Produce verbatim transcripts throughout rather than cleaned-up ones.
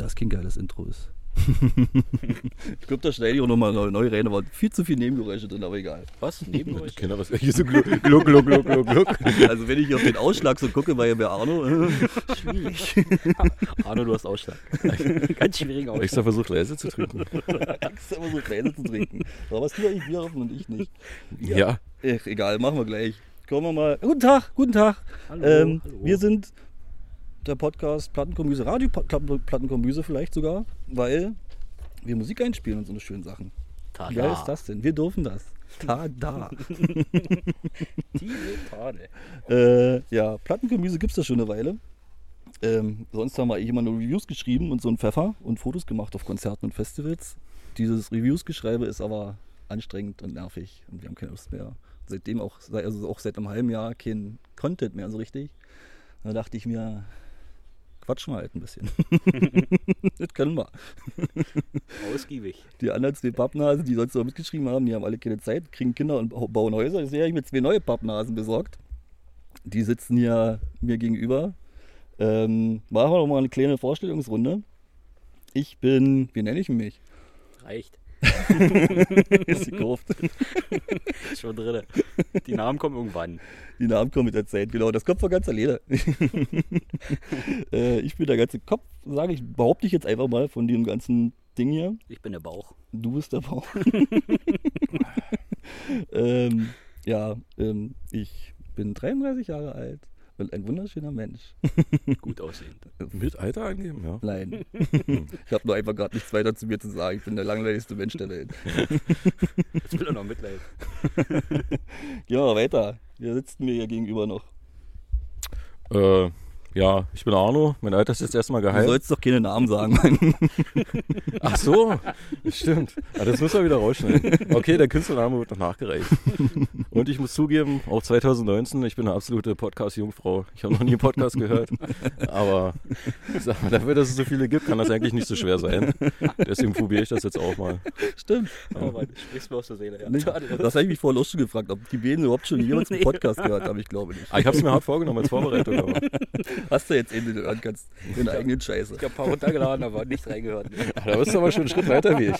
das kein geiles Intro ist. Ich glaube, da schneide ich auch nochmal neu rein, aber viel zu viel Nebengeräusche drin, aber egal. Was? Nebengeräusche? Ich kenne was. Hier so gluck, gluck, gluck, gluck, gluck, gluck. Also wenn ich auf den Ausschlag so gucke, weil ja bei Arno, schwierig. Arno, du hast Ausschlag. Ganz schwieriger Ausschlag. Extra versucht leise zu trinken. Extra versucht leise zu trinken. Aber was du eigentlich Bier offen und ich nicht. Ja. ja. Ach, egal, machen wir gleich. Kommen wir mal. Guten Tag, guten Tag. Hallo, ähm, hallo. Wir sind der Podcast Plattenkombüse, Radio Plattenkombüse vielleicht sogar, weil wir Musik einspielen und so eine schönen Sachen. Tada. Wie geil ist das denn? Wir dürfen das. Tada. Die Tade. äh, ja, Plattenkombüse gibt es da schon eine Weile. Ähm, sonst haben wir eigentlich immer nur Reviews geschrieben und so einen Pfeffer und Fotos gemacht auf Konzerten und Festivals. Dieses Reviews-Geschreibe ist aber anstrengend und nervig und wir haben keine Lust mehr. Seitdem auch, also auch seit einem halben Jahr kein Content mehr so richtig. Da dachte ich mir, quatschen wir halt ein bisschen. Das können wir. Ausgiebig. Die anderen zwei Pappnasen, die sonst noch mitgeschrieben haben, die haben alle keine Zeit, kriegen Kinder und bauen Häuser. Deswegen habe ich mir zwei neue Pappnasen besorgt. Die sitzen hier mir gegenüber. Ähm, machen wir noch mal eine kleine Vorstellungsrunde. Ich bin, wie nenne ich mich? Reicht. Ist gekauft. Ist schon drin. Die Namen kommen irgendwann. Die Namen kommen mit der Zeit, genau. Das kommt von ganz alleine. äh, ich bin der ganze Kopf, sage ich, behaupte ich jetzt einfach mal von dem ganzen Ding hier. Ich bin der Bauch. Du bist der Bauch. ähm, ja, ähm, ich bin dreiunddreißig Jahre alt und ein wunderschöner Mensch. Gut aussehend. Mit Alter angeben, ja. Nein. Ich habe nur einfach gerade nichts weiter zu mir zu sagen. Ich bin der langweiligste Mensch der Welt. Jetzt will er noch Mitleid. Gehen wir mal weiter. Wir sitzen mir hier gegenüber noch. Äh, ja, ich bin Arno. Mein Alter ist jetzt erstmal Du geheilt. sollst doch keine Namen sagen, Mann. Ach so, stimmt. Ah, das müssen wir wieder rausschneiden. Okay, der Künstlername wird noch nachgereicht. Und ich muss zugeben, auch zwanzig neunzehn, ich bin eine absolute Podcast-Jungfrau. Ich habe noch nie einen Podcast gehört. Aber sag mal, dafür, dass es so viele gibt, kann das eigentlich nicht so schwer sein. Deswegen probiere ich das jetzt auch mal. Stimmt. Oh Mann, du sprichst mir aus der Seele. Ja. Nee, das habe ich mich vorhin auch schon gefragt, ob die beiden überhaupt schon jemals einen Nee. Podcast gehört haben. Ich glaube nicht. Ah, ich habe es mir hart vorgenommen als Vorbereitung. Aber. Hast du jetzt endlich hören kannst, den eigenen Scheiße. Ich habe ein paar runtergeladen, aber nicht reingehört. Da bist du aber schon einen Schritt weiter wie ich.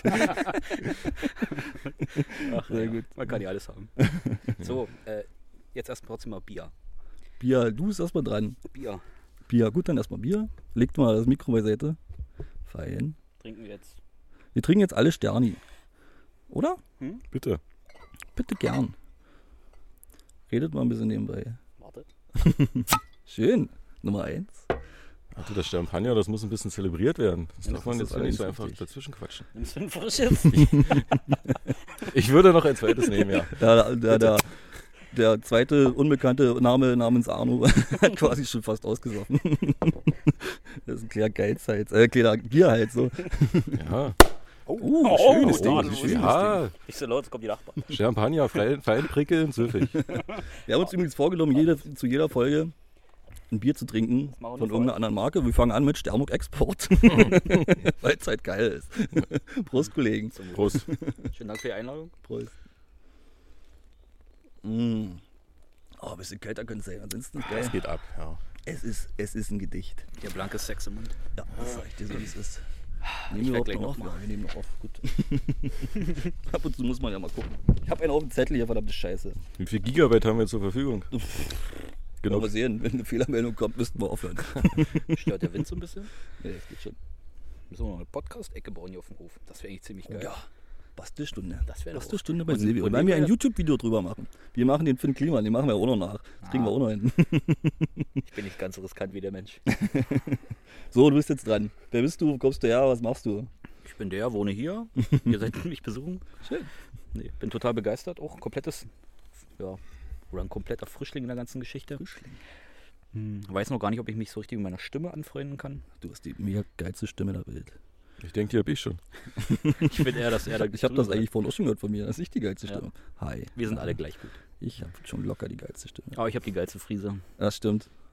Ach, Sehr ja, gut. Man kann ja alles haben. So, äh, jetzt erst trotzdem mal Bier. Bier, du bist erstmal dran. Bier Bier, gut, dann erstmal Bier. Legt mal das Mikro beiseite. Fein. trinken wir jetzt. Wir trinken jetzt alle Sterni. Oder? Bitte. Bitte gern. Redet mal ein bisschen nebenbei. Warte. Schön. Nummer eins. Ach, das Champagner, das muss ein bisschen zelebriert werden. Das Ja, darf man das jetzt ist nicht so allerdings einfach richtig. dazwischen quatschen. Nimmst du ein frisches? Ich würde noch ein zweites nehmen, ja. Der, der, der, der zweite unbekannte Name namens Arno hat quasi schon fast ausgesoffen. Das ist ein kleiner Geizhals. Äh, kleiner Bierhals. So. Ja. Oh, schönes Ding, das ist ein ja. Nicht so laut, jetzt kommen die Nachbarn. Champagner, fein, fein prickelnd, süffig. Wir haben uns übrigens vorgenommen, jede, zu jeder Folge ein Bier zu trinken machen wir von noch irgendeiner anderen Marke. Wir fangen an mit Sternburg Export, weil es halt geil ist. Prost, Kollegen. Prost. Schönen Dank für die Einladung. Prost. Mm. Oh, ein bisschen kälter könnte es sein. Ansonsten ist Das geil. geht ab, ja. Es ist, es ist ein Gedicht. Der blanke Sex im Mund. Ja, das sag ich dir so, wie es ist. Ich Nehmen wir werd überhaupt gleich noch auf? noch mal. Ja, wir nehmen noch auf. Gut. Ab und zu muss man ja mal gucken. Ich habe einen auf dem Zettel hier, verdammte Scheiße. Wie viel Gigabyte haben wir zur Verfügung? Genau. Genau. Mal sehen, wenn eine Fehlermeldung kommt, müssten wir aufhören. Stört der Wind so ein bisschen? Nee, das geht schon. Müssen wir noch eine Podcast-Ecke bauen hier auf dem Hof. Das wäre eigentlich ziemlich geil. Ja, Bastelstunde. Das wäre doch- Bastelstunde bei Und- Silvio. und Und wenn wir ein den- YouTube-Video drüber machen. Wir machen den Finn Kliman, den machen wir auch noch nach. Das kriegen wir Ah. auch noch hin. Ich bin nicht ganz so riskant wie der Mensch. So, du bist jetzt dran. Wer bist du? Wo kommst du her? Was machst du? Ich bin der, wohne hier. Ihr seid mich besuchen. Schön. Nee, bin total begeistert. Auch ein komplettes, ja, oder ein kompletter Frischling in der ganzen Geschichte. Frischling. Hm, weiß noch gar nicht, ob ich mich so richtig mit meiner Stimme anfreunden kann. Du hast die mega geilste Stimme der Welt. Ich denke, die habe ich schon. Ich bin eher, dass er da Ich habe das eigentlich vorhin auch schon gehört von mir. Das ist nicht die geilste Ja. Stimme. Hi. Wir sind alle gleich gut. Ich habe schon locker die geilste Stimme. Aber ich habe die geilste Frise. Das stimmt.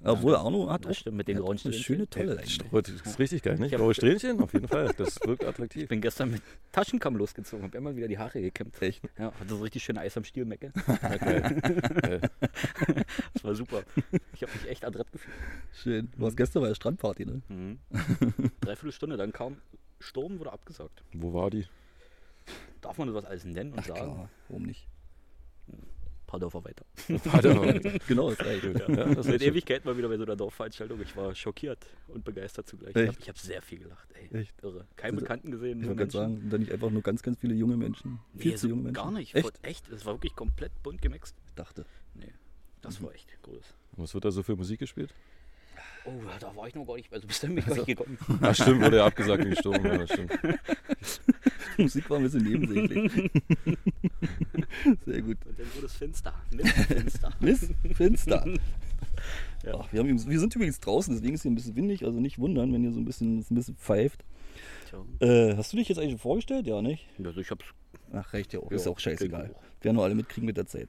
Obwohl Arno hat Ja, auch stimmt, mit den hat grauen auch eine Strähnchen. schöne Tolle. Oh, das ist richtig geil, ne? Ich hab- Blaue Strähnchen, auf jeden Fall. Das wirkt attraktiv. Ich bin gestern mit Taschenkamm losgezogen, hab immer wieder die Haare gekämmt. Echt? Ja, hatte so richtig schön Eis am Stiel, Mecke. Ja, geil. Geil. Das war super. Ich habe mich echt adrett gefühlt. Schön. Du warst gestern bei der Strandparty, ne? Mhm. Dreiviertel Stunde, dann kam Sturm, wurde abgesagt. Wo war die? Darf man das alles nennen und Ach sagen? klar, warum nicht? Ein paar Dörfer weiter. Warte Genau, das reicht. Ja, das ist Seit schön. Ewigkeit mal wieder bei so einer Dorfveranstaltung. Ich war schockiert und begeistert zugleich. Echt? Ich habe hab sehr viel gelacht, ey. Echt? Irre. Keinen Also, Bekannten gesehen, Ich nur wollte gerade Menschen. sagen, da nicht einfach nur ganz, ganz viele junge Menschen. Viel Nee, zu so junge Menschen. gar nicht. Echt? Voll- echt. Es war wirklich komplett bunt gemixt. Ich dachte. Nee, das Mhm. war echt groß. Was wird da so für Musik gespielt? Oh, da war ich noch gar nicht, also bis dann bin ich gar nicht gekommen. Ach stimmt, wurde ja abgesagt wegen Sturm. Ja, das stimmt. Die Musik war ein bisschen nebensächlich. Sehr gut. Und dann wurde es finster. Mit finster. Miss Finster. Ja. Ach, wir, haben, übrigens- wir sind übrigens draußen, deswegen ist hier ein bisschen windig, also nicht wundern, wenn ihr so ein bisschen, ein bisschen pfeift. Tja. Äh, hast du dich jetzt eigentlich schon vorgestellt? Ja, nicht? Also ich hab's. Ach, reicht ja auch. Ja, Ist auch scheißegal. genau. Werden nur alle mitkriegen mit der Zeit.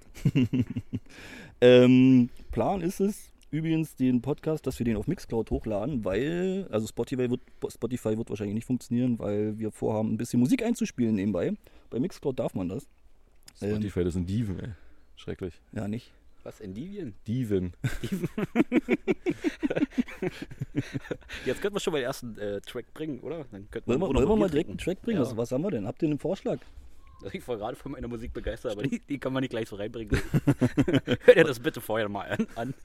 ähm, Plan ist es, übrigens den Podcast, dass wir den auf Mixcloud hochladen, weil, also Spotify wird, Spotify wird wahrscheinlich nicht funktionieren, weil wir vorhaben, ein bisschen Musik einzuspielen nebenbei. Bei Mixcloud darf man das. Spotify, das sind Dieven, ey. Schrecklich. Ja, nicht. Was, Endivien? Dieven. Jetzt könnten wir schon mal den ersten äh, Track bringen, oder? Dann könnten Wollen wir, nur noch wollen wir Bier mal direkt einen trinken. Track bringen? Ja. Was, was haben wir denn? Habt ihr einen Vorschlag? Also ich war gerade von meiner Musik begeistert, aber die, die kann man nicht gleich so reinbringen. Hört ihr das bitte vorher mal an. an.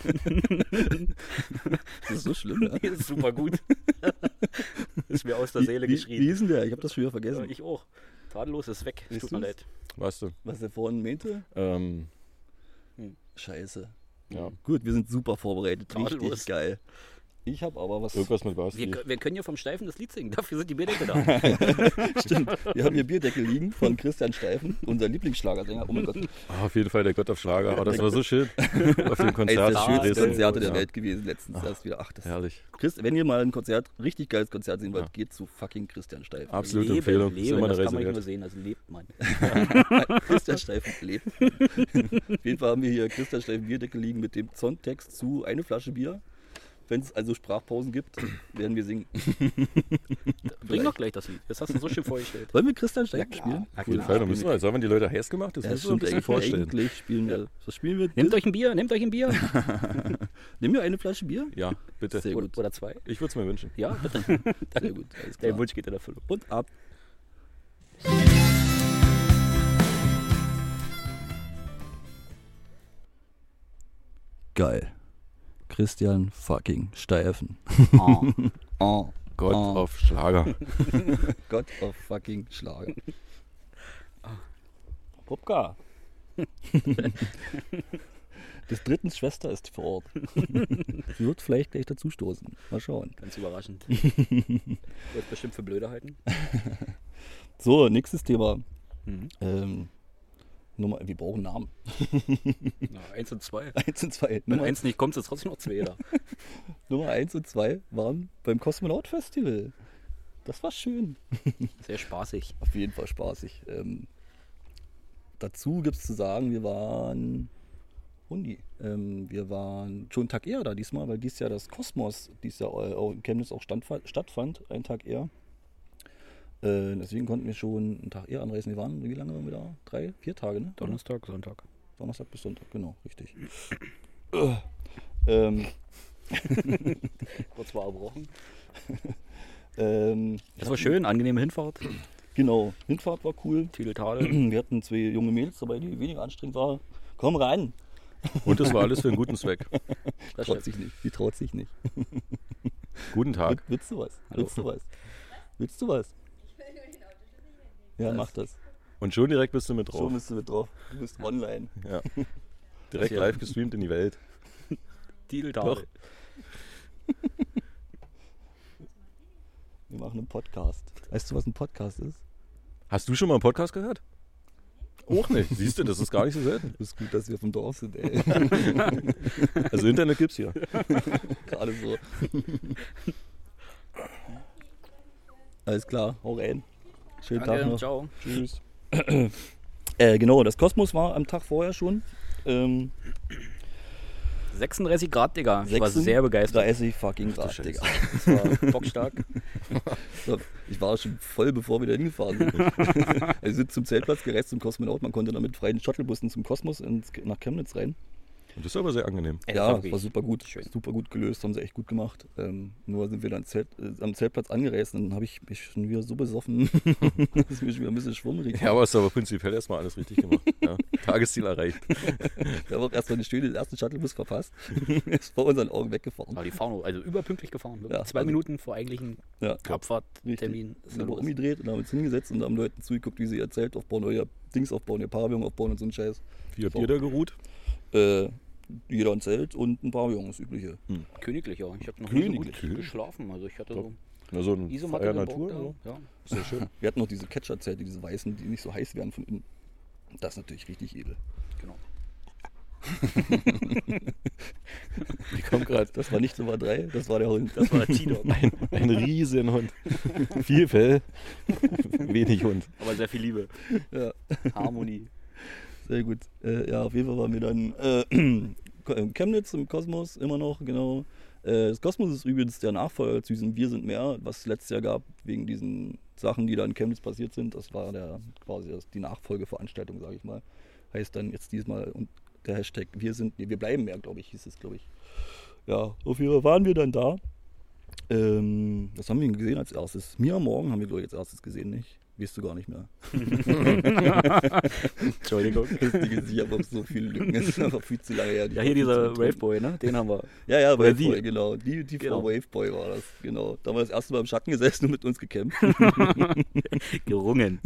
Das ist so schlimm, ja? Die ist super gut. Ist mir aus der Seele wie, wie, geschrien. wie ist denn der? Ich habe das schon wieder Ja, vergessen. ich auch. Tadellos ist weg. Es Siehst tut mir du's? leid. Weißt du? Was der vorhin meinte? Ähm, Scheiße. ja. Gut, wir sind super vorbereitet. Tadellos. Richtig geil. Ich habe aber was. Irgendwas mit Basti. Wir, wir können ja vom Steifen das Lied singen. Dafür sind die Bierdeckel da. Stimmt. Wir haben hier Bierdeckel liegen von Christian Steifen, unser Lieblingsschlagersänger. Oh mein Gott. Ah, auf jeden Fall der Gott auf Schlager. Oh, das war so schön. Auf dem Ey, Konzert. das Ah, schönste Dresden. Konzert der Ja. Welt gewesen letztens. Erst wieder. Ach, das Herrlich. Christ, wenn ihr mal ein Konzert, richtig geiles Konzert sehen wollt, Ja. geht zu fucking Christian Steifen. Absolute Empfehlung. Leben, Ist immer eine das kann man Reise nicht nur wert. sehen, also lebt man. Christian Steifen lebt. Auf jeden Fall haben wir hier Christian Steifen Bierdeckel liegen mit dem Songtext zu eine Flasche Bier. Wenn es also Sprachpausen gibt, werden wir singen. Bring doch gleich das Lied. Das hast du so schön vorgestellt. Wollen wir Christian Steifen Ja, klar. spielen? Na Auf jeden klar. Fall, da müssen wir, jetzt haben wir die Leute heiß gemacht, das Ja, müssen wir ein stimmt, bisschen eigentlich, vorstellen. eigentlich spielen wir. Was spielen wir? Nehmt euch ein Bier, nehmt euch ein Bier. Nimm mir eine Flasche Bier. Ja, bitte. Sehr Oder, gut. oder zwei. Ich würde es mir wünschen. Ja, bitte. Sehr gut. Alles Der klar. Wunsch geht in Erfüllung. Und ab. Geil. Christian fucking Steifen. Ah. Oh. Gott Oh. auf Schlager. Gott auf fucking Schlager. Popka. Des dritten Schwester ist vor Ort. Sie wird vielleicht gleich dazustoßen. Mal schauen. Ganz überraschend. Wird bestimmt für blöde halten. So, nächstes Thema. Mhm. Ähm, Nummer, wir brauchen Namen. Ja, eins und zwei. Eins und zwei. Wenn Nummer, eins nicht kommt, ist trotzdem noch zwei da. Nummer eins und zwei waren beim Kosmonaut Festival. Das war schön. Sehr spaßig. Auf jeden Fall spaßig. Ähm, dazu gibt es zu sagen, wir waren Hundi. Ähm, wir waren schon einen Tag eher da diesmal, weil dies Jahr das Kosmos dieses Jahr auch in Chemnitz auch standfand, stattfand, einen Tag eher. Äh, deswegen konnten wir schon einen Tag eher anreisen. Wir waren, wie lange waren wir da? Drei, vier Tage, ne? Donnerstag, Sonntag. Donnerstag bis Sonntag, genau, richtig. Äh, ähm, Kurz war erbrochen. ähm, Das war schön, angenehme Hinfahrt. genau, Hinfahrt war cool. Tiedeltadel. Wir hatten zwei junge Mädels dabei, die weniger anstrengend waren. Komm rein! Und das war alles für einen guten Zweck. Das Traut stimmt. sich nicht. Die traut sich nicht. Guten Tag. Will- Willst du was? Hallo. Willst du was? Willst du was? Ja, mach das. Und schon direkt bist du mit So drauf. bist du mit drauf. Du bist online. Ja. Direkt Ja. live gestreamt in die Welt. Tiedeltadel. Wir machen einen Podcast. Weißt du, was ein Podcast ist? Hast du schon mal einen Podcast gehört? Auch nicht. Siehst du, das ist gar nicht so selten. Das ist gut, dass wir vom Dorf sind, ey. Also Internet gibt's hier. Gerade so. Alles klar, hau rein. Schönen Tag Danke, noch. ciao. Tschüss. Äh, genau, das Kosmos war am Tag vorher schon. Ähm, sechsunddreißig Grad, Digga. Ich war sechsunddreißig sehr begeistert. fucking Ach du Grad, Scheiße. Digga. Das war bockstark. Ich war schon voll, bevor wir da hingefahren sind. Also wir sind zum Zeltplatz gereist, zum Kosmonaut. Man konnte dann mit freien Shuttlebussen zum Kosmos ins, nach Chemnitz rein. Und das ist aber sehr angenehm. Ey, Ja, wirklich war super gut. schön. Super gut gelöst, haben sie echt gut gemacht. Ähm, nur sind wir dann Zelt, äh, am Zeltplatz angereist und dann habe ich mich schon wieder so besoffen, dass mir schon wieder ein bisschen schwummrig Ja, aber es ist aber prinzipiell erstmal alles richtig gemacht. Ja. Tagesziel erreicht. Wir haben auch erstmal eine Stunde den ersten Shuttlebus verpasst. Ist vor unseren Augen weggefahren. Aber die fahren also überpünktlich gefahren. Wirklich. Ja, Zwei also- Minuten vor eigentlichen Ja, Abfahrttermin. richtig. Sind aber umgedreht und haben uns hingesetzt und haben Leuten zugeguckt, wie sie ihr Zelt aufbauen, oder ihr Dings aufbauen, ihr Pavillon aufbauen und so ein Scheiß. Wie habt So. ihr da geruht? Äh, jeder ein Zelt und ein Pavillon, das Übliche. Königlich, ja. Ich habe noch Königlich. nie so gut geschlafen. Also ich hatte so Na, so ein Isomatte freier gebraucht Natur. da. Ja. Ja. Sehr schön. Wir hatten noch diese Catcher-Zelte, diese weißen, die nicht so heiß werden von innen. Das ist natürlich richtig edel. Genau. Die kommt gerade. Das war nicht Nummer drei, das war der Hund. Das war der T-Dog. Ein, ein Riesenhund. Viel Fell, wenig Hund. Aber sehr viel Liebe. Ja, Harmonie. sehr gut. Äh, ja, auf jeden Fall waren wir dann äh, in Chemnitz im Kosmos, immer noch, genau. Äh, das Kosmos ist übrigens der Nachfolger zu diesem Wir sind mehr, was es letztes Jahr gab, wegen diesen Sachen, die da in Chemnitz passiert sind. Das war der quasi das, die Nachfolgeveranstaltung, sage ich mal. Heißt dann jetzt diesmal und der Hashtag Wir sind, nee, wir bleiben mehr, glaube ich, hieß es, glaube ich. Ja, auf jeden Fall waren wir dann da. Ähm, was haben wir denn gesehen als erstes? Mia Morgen haben wir, glaube ich, als erstes gesehen, nicht? Weißt du gar nicht mehr. Entschuldigung. Lustig ist, ich habe auch so viele Lücken. Es ist einfach viel zu lange her. Ja, hier dieser Waveboy, ne? Den haben wir. Ja, ja, Oder Waveboy, die. genau. Die, die Genau. Frau Waveboy war das, genau. Da haben wir das erste Mal im Schatten gesessen und mit uns gekämpft. Gerungen.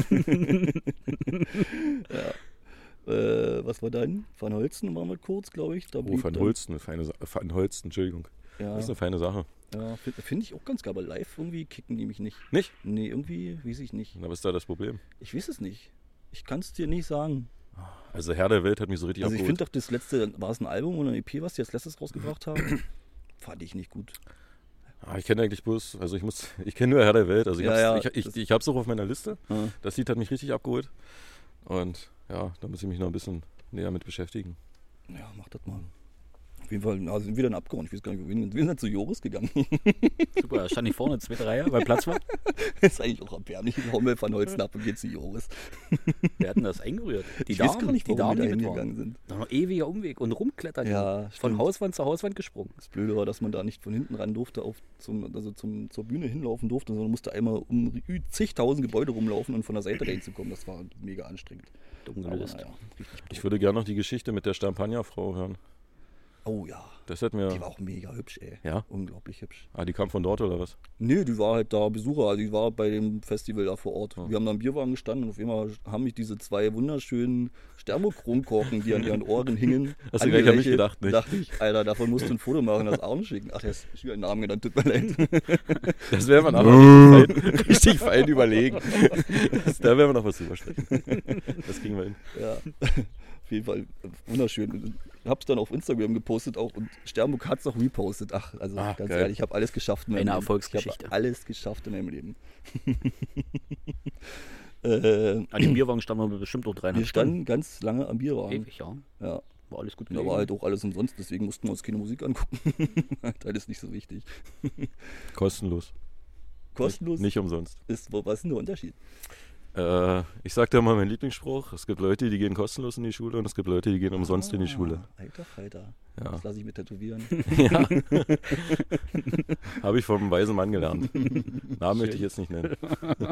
ja. Äh, was war dann? Van Holsten waren wir kurz, glaube ich. Da Oh, blieb Van dann- Holsten, eine feine Sa- Van Holsten, Entschuldigung. Ja, Das ist eine feine Sache. ja finde find ich auch ganz geil, aber live irgendwie kicken die mich nicht. Nicht? Nee, irgendwie weiß ich nicht. Na, was ist da das Problem? Ich weiß es nicht. Ich kann es dir nicht sagen. Also Herr der Welt hat mich so richtig Also ich abgeholt. finde doch das letzte, war es ein Album oder ein E P, was die als letztes rausgebracht haben? Fand ich nicht gut. Ah, ich kenne eigentlich bloß, also ich muss, ich kenne nur Herr der Welt. Also ich Ja, hab's, ja, ich, das- ich, ich hab's auch auf meiner Liste. Ja. Das Lied hat mich richtig abgeholt. Und ja, da muss ich mich noch ein bisschen näher mit beschäftigen. Ja, mach das mal. Auf jeden Fall, also sind wir dann abgehauen. Ich weiß gar nicht, wir sind, wir sind dann zu Joris gegangen. Super, da stand ich vorne, zweite Reihe, weil Platz war. Das ist eigentlich auch erbärmlich. Hauen wir Van Holzen ab und gehen zu Joris. Wir hatten das eingerührt. Die Ich weiß Damen, gar nicht, die warum Damen, wir die da mit hingegangen waren. sind. Da noch ewiger Umweg und rumklettern. Ja, Von stimmt. Hauswand zu Hauswand gesprungen. Das Blöde war, dass man da nicht von hinten ran durfte, auf zum, also zum, zur Bühne hinlaufen durfte, sondern musste einmal um zigtausend Gebäude rumlaufen und von der Seite reinzukommen. Das war mega anstrengend. Dumm Aber gelöst. naja, richtig Ich würde gerne noch die Geschichte mit der Champagnerfrau hören. Oh ja, Das hätten wir. die war auch mega hübsch, ey. Ja? Unglaublich hübsch. Ah, die kam von dort oder was? Nö, die war halt da Besucher, also die war bei dem Festival da vor Ort. Ja. Wir haben da im Bierwagen gestanden und auf einmal haben mich diese zwei wunderschönen Stermokronkorken, die an ihren Ohren hingen. Hast du gleich an mich angelächelt. gedacht, nicht? Dachte ich, Alter, davon musst du ein Foto machen, das Arm schicken. Ach, der ist schon einen Namen genannt, tut mir leid. Das werden wir aber richtig, fein, richtig fein überlegen. Das, da werden wir noch was drüber sprechen. Das kriegen wir hin. Ja, auf jeden Fall wunderschön. Hab's dann auf Instagram gepostet auch und Sternburg hat's auch repostet. Ach, also Ah, ganz geil. ehrlich, ich habe alles geschafft in meinem Eine Leben. Erfolgsgeschichte. Ich habe alles geschafft in meinem Leben. äh, An dem Bierwagen standen wir bestimmt noch wir dreieinhalb standen ganz lange am Bierwagen. Ewig, ja. Ja. War alles gut Da war halt auch alles umsonst, deswegen mussten wir uns keine Musik angucken. Das ist nicht so wichtig. Kostenlos. Kostenlos Nicht umsonst. ist, wo- was ist denn der Unterschied? Äh, ich sag dir mal meinen Lieblingsspruch. Es gibt Leute, die gehen kostenlos in die Schule und es gibt Leute, die gehen umsonst in die Schule. Ah, Alter Falter. Ja. Das lasse ich mir tätowieren. Ja. Habe ich vom weisen Mann gelernt. Namen möchte ich jetzt nicht nennen.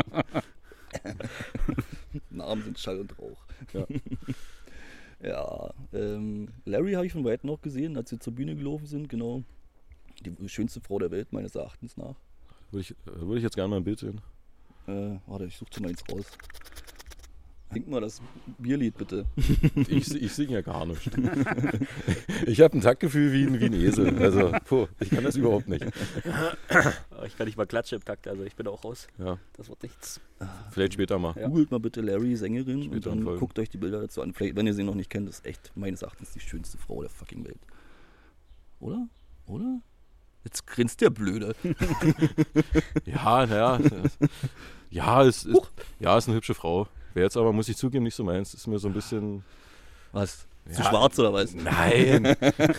Namen sind Schall und Rauch. Ja. Ja, ähm, Larry habe ich von weitem noch gesehen, als wir zur Bühne gelaufen sind, genau. Die schönste Frau der Welt, meines Erachtens nach. Würde ich, äh, würde ich jetzt gerne mal ein Bild sehen. Äh, warte, ich suche mal eins raus. Sing mal das Bierlied bitte. Ich, ich singe ja gar nicht. Ich habe ein Taktgefühl wie ein, wie ein Esel. Also, puh, ich kann das überhaupt nicht. Aber ich kann nicht mal klatschen im Takt, also ich bin auch raus. Ja, Das wird nichts. vielleicht später mal. Ja. Googelt mal bitte Larry, Sängerin, und Später in dann Folgen. guckt euch die Bilder dazu an. Vielleicht, wenn ihr sie noch nicht kennt, ist echt meines Erachtens die schönste Frau der fucking Welt. Oder? Oder? Jetzt grinst der Blöde. Ja, naja. Ja, es ist, ja, ist eine hübsche Frau. Wäre jetzt aber, muss ich zugeben, nicht so meins. Ist mir so ein bisschen. Was? Zu schwarz oder was? Nein.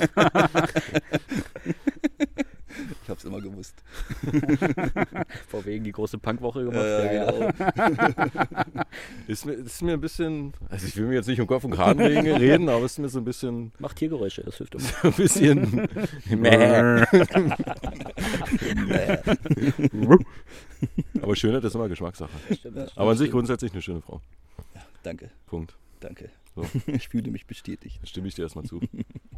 Ich hab's immer gewusst. Vor wegen die große Punkwoche gemacht. Ja, ja, genau. Ist mir, ist mir ein bisschen, also ich will mir jetzt nicht um Kopf und Kragen reden, aber es ist mir so ein bisschen, Macht Tiergeräusche, das hilft immer. ein bisschen, Mäh. Aber Schönheit ist immer Geschmackssache. Stimmt, das Aber an sich grundsätzlich eine schöne Frau. Danke, Punkt. danke. So. Ich fühle mich bestätigt. Dann stimme ich dir erstmal zu.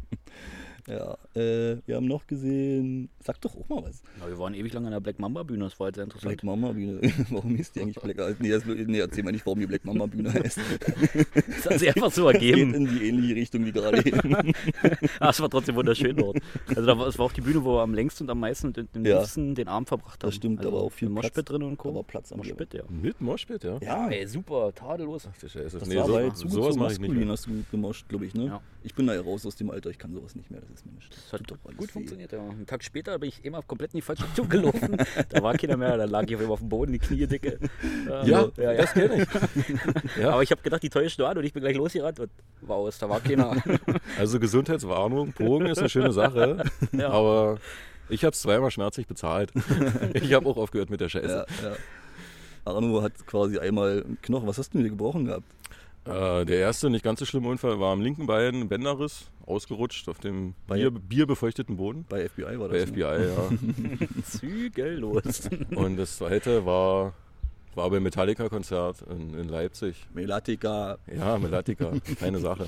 Ja, äh, wir haben noch gesehen, sag doch auch mal was. Ja, wir waren ewig lang an der Black Mamba Bühne, das war halt sehr interessant. Black Mama Bühne. Warum hieß die eigentlich Black Mama? Nee, das- nee, erzähl mal nicht, warum die Black Mama Bühne heißt. Das hat sich einfach so Geht ergeben. in die ähnliche Richtung wie gerade eben. Ah, es war trotzdem wunderschön dort. Also da war, es war auch die Bühne, wo wir am längsten und am meisten und am Ja. liebsten den Abend verbracht haben. Das stimmt, also aber auch viel mit Platz. Moshpit drin und Co. Aber Platz am Moshpit, ja. Mit Moshpit, ja? Ja, Ey, super, tadellos. Ach, der Scheiße. das Nee, war so, bei sowas zugezogen mache ich nicht maskulin, mehr. hast du gemoscht, glaube ich, ne? Ja. Ich bin da ja raus aus dem Alter, ich kann sowas nicht mehr, das ist mir nicht. Das hat Tut doch alles gut weh. funktioniert, ja. Einen Tag später bin ich immer komplett in die falsche Richtung gelaufen. Da war keiner mehr, da lag ich auf einmal auf dem Boden, die Knie dicke. Ja, ja, ja. das kenne ich. Ja. Aber ich habe gedacht, die täuscht nur an und ich bin gleich losgerannt und war aus, da war keiner. Also Gesundheitswarnung, Pogen ist eine schöne Sache, Ja. aber ich habe es zweimal schmerzlich bezahlt. Ich habe auch aufgehört mit der Scheiße. Ja, ja. Arno hat quasi einmal einen Knochen, was hast du denn gebrochen gehabt? Äh, der erste, nicht ganz so schlimme Unfall war am linken Bein, ein Bänderriss, ausgerutscht auf dem Bei- Bier, bierbefeuchteten Boden. Bei F B I war Bei das. F B I, ja. Zügellos. Und das zweite war, war beim Metallica-Konzert in, in Leipzig. Ne? Melatika. Ja, Melatica, keine Sache.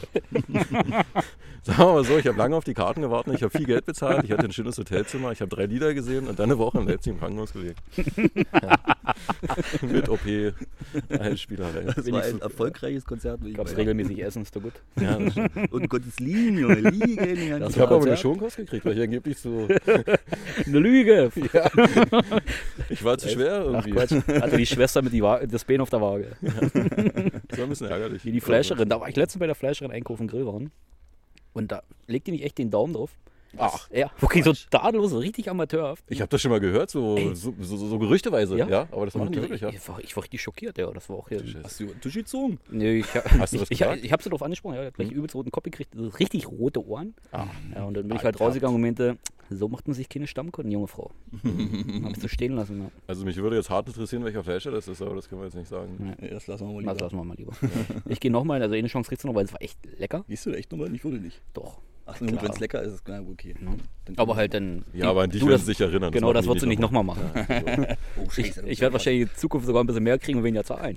Sagen wir mal so, ich habe lange auf die Karten gewartet, ich habe viel Geld bezahlt, ich hatte ein schönes Hotelzimmer, ich habe drei Lieder gesehen und dann eine Woche in Leipzig im Krankenhaus gelegt. Ja. Mit O P, Einspielerei. Das war ein erfolgreiches Konzert. wie ich Gab es weiß. regelmäßig Essen, ist doch gut. Ja, das stimmt. Und Gottes Lieben, Junge, liegen. den ganzen Das Ich habe aber eine Konzert? Schonkost gekriegt, weil ich angeblich so, Eine Lüge. ja, ich war zu schwer Ach irgendwie. Quatsch. Hatte die Schwester mit die Wa das Bein auf der Waage. Das war ein bisschen ärgerlich. Wie die Fleischerin. Da war ich letztens bei der Fleischerin einkaufen Grill waren. Und da legt die nicht echt den Daumen drauf. Ach, Ja, wirklich so tadellos, so richtig amateurhaft. ich habe das schon mal gehört, so, Ey. so, so, so gerüchteweise, Ja? ja, aber das machen Und die wirklich, ja. ich, war, ich war richtig schockiert, ja. Das war auch hier. Scheiße. Hast du Tisch gezogen? Nee, ich, Hast du was ich, ich, gesagt? ich habe sie darauf angesprochen, ja, ich hab gleich übelst roten Kopf gekriegt, so richtig rote Ohren. Ah. Ja, und dann bin Ah, ich halt gehabt. rausgegangen und meinte, so macht man sich keine Stammkunden, junge Frau. Hab ich so stehen lassen. Ja. Also mich würde jetzt hart interessieren, welcher Fleischer das ist, aber das können wir jetzt nicht sagen. Nee, das lassen wir mal Das lieber. lassen wir mal lieber. Ich gehe nochmal, also eine Chance kriegst du noch, weil es war echt lecker. Gehst du da echt nochmal? Ich würde nicht. Doch. Ach, gut, klar. wenn es lecker ist, ist klar, okay. Ja. Dann- Aber halt dann. Ja, aber an dich du werden das, sie sich erinnern. Genau, machen das die würdest du nicht nochmal machen. Oh, Ich, Scheiße, ich werde wahrscheinlich in Zukunft sogar ein bisschen mehr kriegen und weniger zahlen.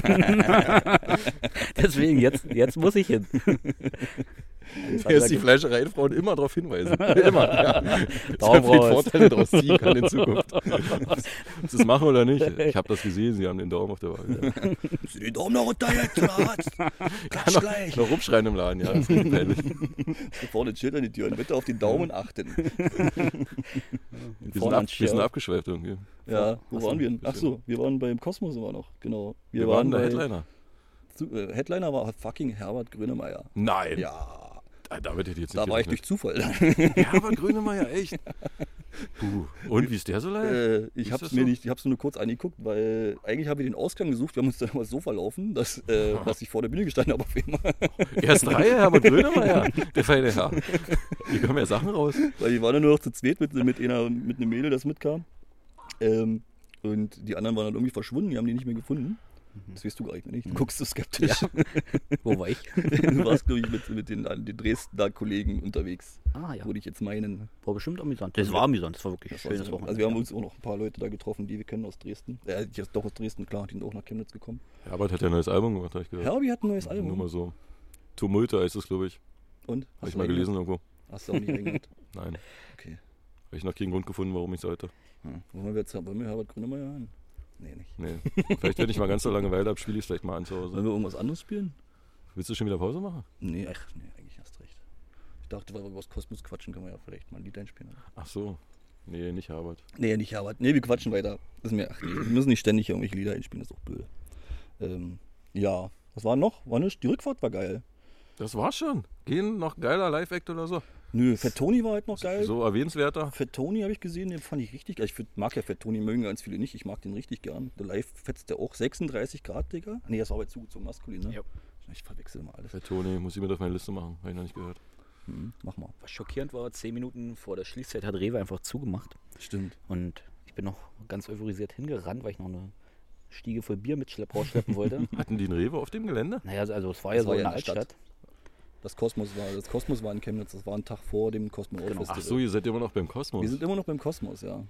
Deswegen, jetzt, jetzt muss ich hin. Hier ist die Fleischereifrauen immer darauf hinweisen. Immer. Ja. Daumen Dass man raus. Vorteile daraus ziehen kann in Zukunft. Ob sie es machen oder nicht. Ich habe das gesehen, sie haben den Daumen auf der Waage. Hast du den Daumen noch runter jetzt, oder was? Klatsch gleich. Noch rumschreien im Laden, ja. Das ist peinlich. Hier vorne ein Schild an die Tür und bitte auf den Daumen achten. Wir sind, ab, wir sind abgeschweift irgendwie. Ja, wo Achso, waren wir denn? Achso, wir waren beim Kosmos immer noch, genau. Wir, waren der bei- Headliner. Zu, äh, Headliner war fucking Herbert Grönemeyer. Nein. Ja, Ah, damit hätte ich jetzt da nicht war ich durch gerechnet. Zufall. Ja, aber Grönemeyer, echt. Puh. Und wie ist der so live? äh, Ist ich hab's das mir so? nicht, ich hab's nur kurz angeguckt, weil eigentlich habe ich den Ausgang gesucht. Wir haben uns dann immer so verlaufen, dass, äh, dass ich vor der Bühne gestanden habe auf einmal. Erst Reihe, Herbert Grönemeyer. Der feine Herr. Hier kommen ja Sachen raus. Weil die waren dann nur noch zu zweit mit, mit, einer, mit einem Mädel, das mitkam. Ähm, und die anderen waren dann irgendwie verschwunden, die haben die nicht mehr gefunden. Das weißt du gar nicht, du guckst so skeptisch. Wo war ich? Du warst, glaube ich, mit, mit den, den Dresdner Kollegen unterwegs, Ah ja, würde ich jetzt meinen. war bestimmt amüsant. Das war amüsant, das war wirklich ein Das war schönes so. Wochenende. Also wir haben uns auch noch ein paar Leute da getroffen, die wir kennen aus Dresden. Äh, die ist doch aus Dresden, klar, die sind auch nach Chemnitz gekommen. Herbert hat ja ein neues Album gemacht, habe ich gehört. Herbie hat ein neues Nur Album. mal so. Tumulte heißt es, glaube ich. Und? Habe Hast ich du mal reingehört? gelesen irgendwo. Hast du auch nicht reingehört? Nein. Okay. Habe ich noch keinen Grund gefunden, warum ich sollte. Hm. Wollen wir jetzt wollen wir Herbert Grönemeyer hören? Nee, nicht. Nee. Vielleicht, wenn ich mal ganz so Langeweile habe, spiele ich es vielleicht mal an zu Sollen Hause. wir irgendwas anderes spielen? Willst du schon wieder Pause machen? Nee, ach, nee, eigentlich hast recht. Ich dachte, weil wir über das Kosmos quatschen, können wir ja vielleicht mal ein Lied einspielen. Ach so. Nee, nicht Herbert. Nee, nicht Herbert. Nee, wir quatschen weiter. Das ist mir, ach nee, wir müssen nicht ständig irgendwelche Lieder einspielen, das ist auch blöd. Ähm, ja, was war noch? War nicht? Die Rückfahrt war geil. Das war's schon. Gehen noch geiler Live-Act oder so. Nö, Fat Tony war halt noch geil. So erwähnenswerter. Fat Tony habe ich gesehen, den fand ich richtig geil. Ich find, mag ja Fat Tony, mögen ganz viele nicht. Ich mag den richtig gern. Der Live fetzt der auch sechsunddreißig Grad, Digga. Nee, das war bei zugezogen maskulin, ne? Ja. Ich verwechsel immer alles. Herr Toni, muss ich mit auf meine Liste machen. Habe ich noch nicht gehört. Hm, mach mal. Was schockierend war, zehn Minuten vor der Schließzeit hat Rewe einfach zugemacht. Stimmt. Und ich bin noch ganz euphorisiert hingerannt, weil ich noch eine Stiege voll Bier mit schlepp rausschleppen wollte. Hatten die einen Rewe auf dem Gelände? Naja, also, also es war Das ja so war in ja der in der Altstadt. Das Kosmos war, das Kosmos war in Chemnitz, das war ein Tag vor dem Cosmo Genau. Festival. Ach so, ihr seid immer noch beim Kosmos. Wir sind immer noch beim Kosmos, ja.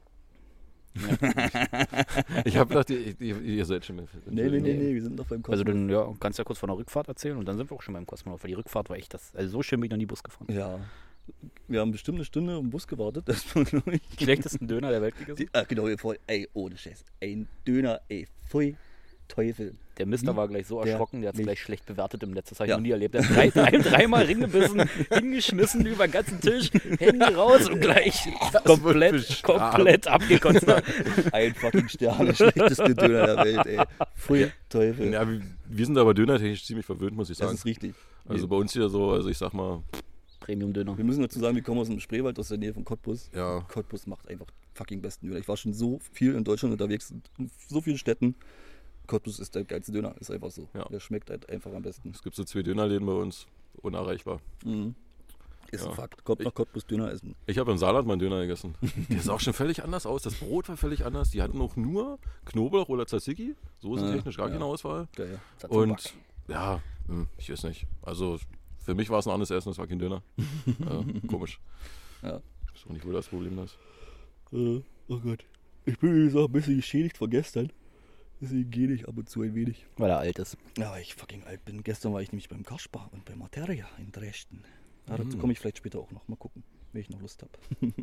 Ich habe gedacht, ihr, ihr, ihr seid schon mit. Nee, nee, nee, nee, wir sind noch beim Kosmos. Also dann ja, kannst ja kurz von der Rückfahrt erzählen und dann sind wir auch schon beim Kosmonaut, weil die Rückfahrt war echt das. Also so schön bin ich noch nie Bus gefahren. Ja. Wir haben bestimmt eine Stunde im Bus gewartet. Das war glaub ich, Schlechtesten Döner der Welt gegessen. die, ah, genau, voll, ey, ohne Scheiß. Ein Döner, ey, voll Teufel. Der Mister Wie war gleich so der erschrocken, der hat es mich- gleich schlecht bewertet im Netz. Das habe ich Ja. noch nie erlebt. Der hat drei, drei, dreimal ringebissen, hingeschmissen über den ganzen Tisch, Handy raus und gleich komplett, bestraft. komplett abgekotzt. Ein fucking Stern, der schlechteste Döner der Welt, ey. Voll Teufel. Ja, wir, wir sind aber dönertechnisch ziemlich verwöhnt, muss ich Das sagen. ist richtig. Also bei uns hier so, also ich sag mal, Premium-Döner. Wir müssen dazu sagen, wir kommen aus dem Spreewald, aus der Nähe von Cottbus. ja, Cottbus macht einfach fucking besten Döner. Ich war schon so viel in Deutschland unterwegs, in so vielen Städten. Cottbus ist der geilste Döner, ist einfach so. Ja. Der schmeckt halt einfach am besten. es gibt so zwei Dönerläden bei uns, unerreichbar. Mhm. Ist Ja. ein Fakt. Kommt nach Cottbus Döner essen. Ich habe im Saarland mal einen Döner gegessen. Der sah auch schon völlig anders aus. Das Brot war völlig anders. Die hatten auch nur Knoblauch oder Tzatziki. So ist Ja, technisch gar ja. keine Auswahl. Geil. Und ja, hm, ich weiß nicht. Also für mich war es ein anderes Essen, das war kein Döner. äh, komisch. Ja. Ich weiß auch nicht, wo das Problem ist. Äh, oh Gott. Ich bin, wie gesagt, ein bisschen geschädigt von gestern. Deswegen gehe ich ab und zu ein wenig. Weil er alt ist. Ja, weil ich fucking alt bin. Gestern war ich nämlich beim Kaspar und bei Materia in Dresden. Ja, dazu Mhm. komme ich vielleicht später auch noch. Mal gucken, wenn ich noch Lust habe.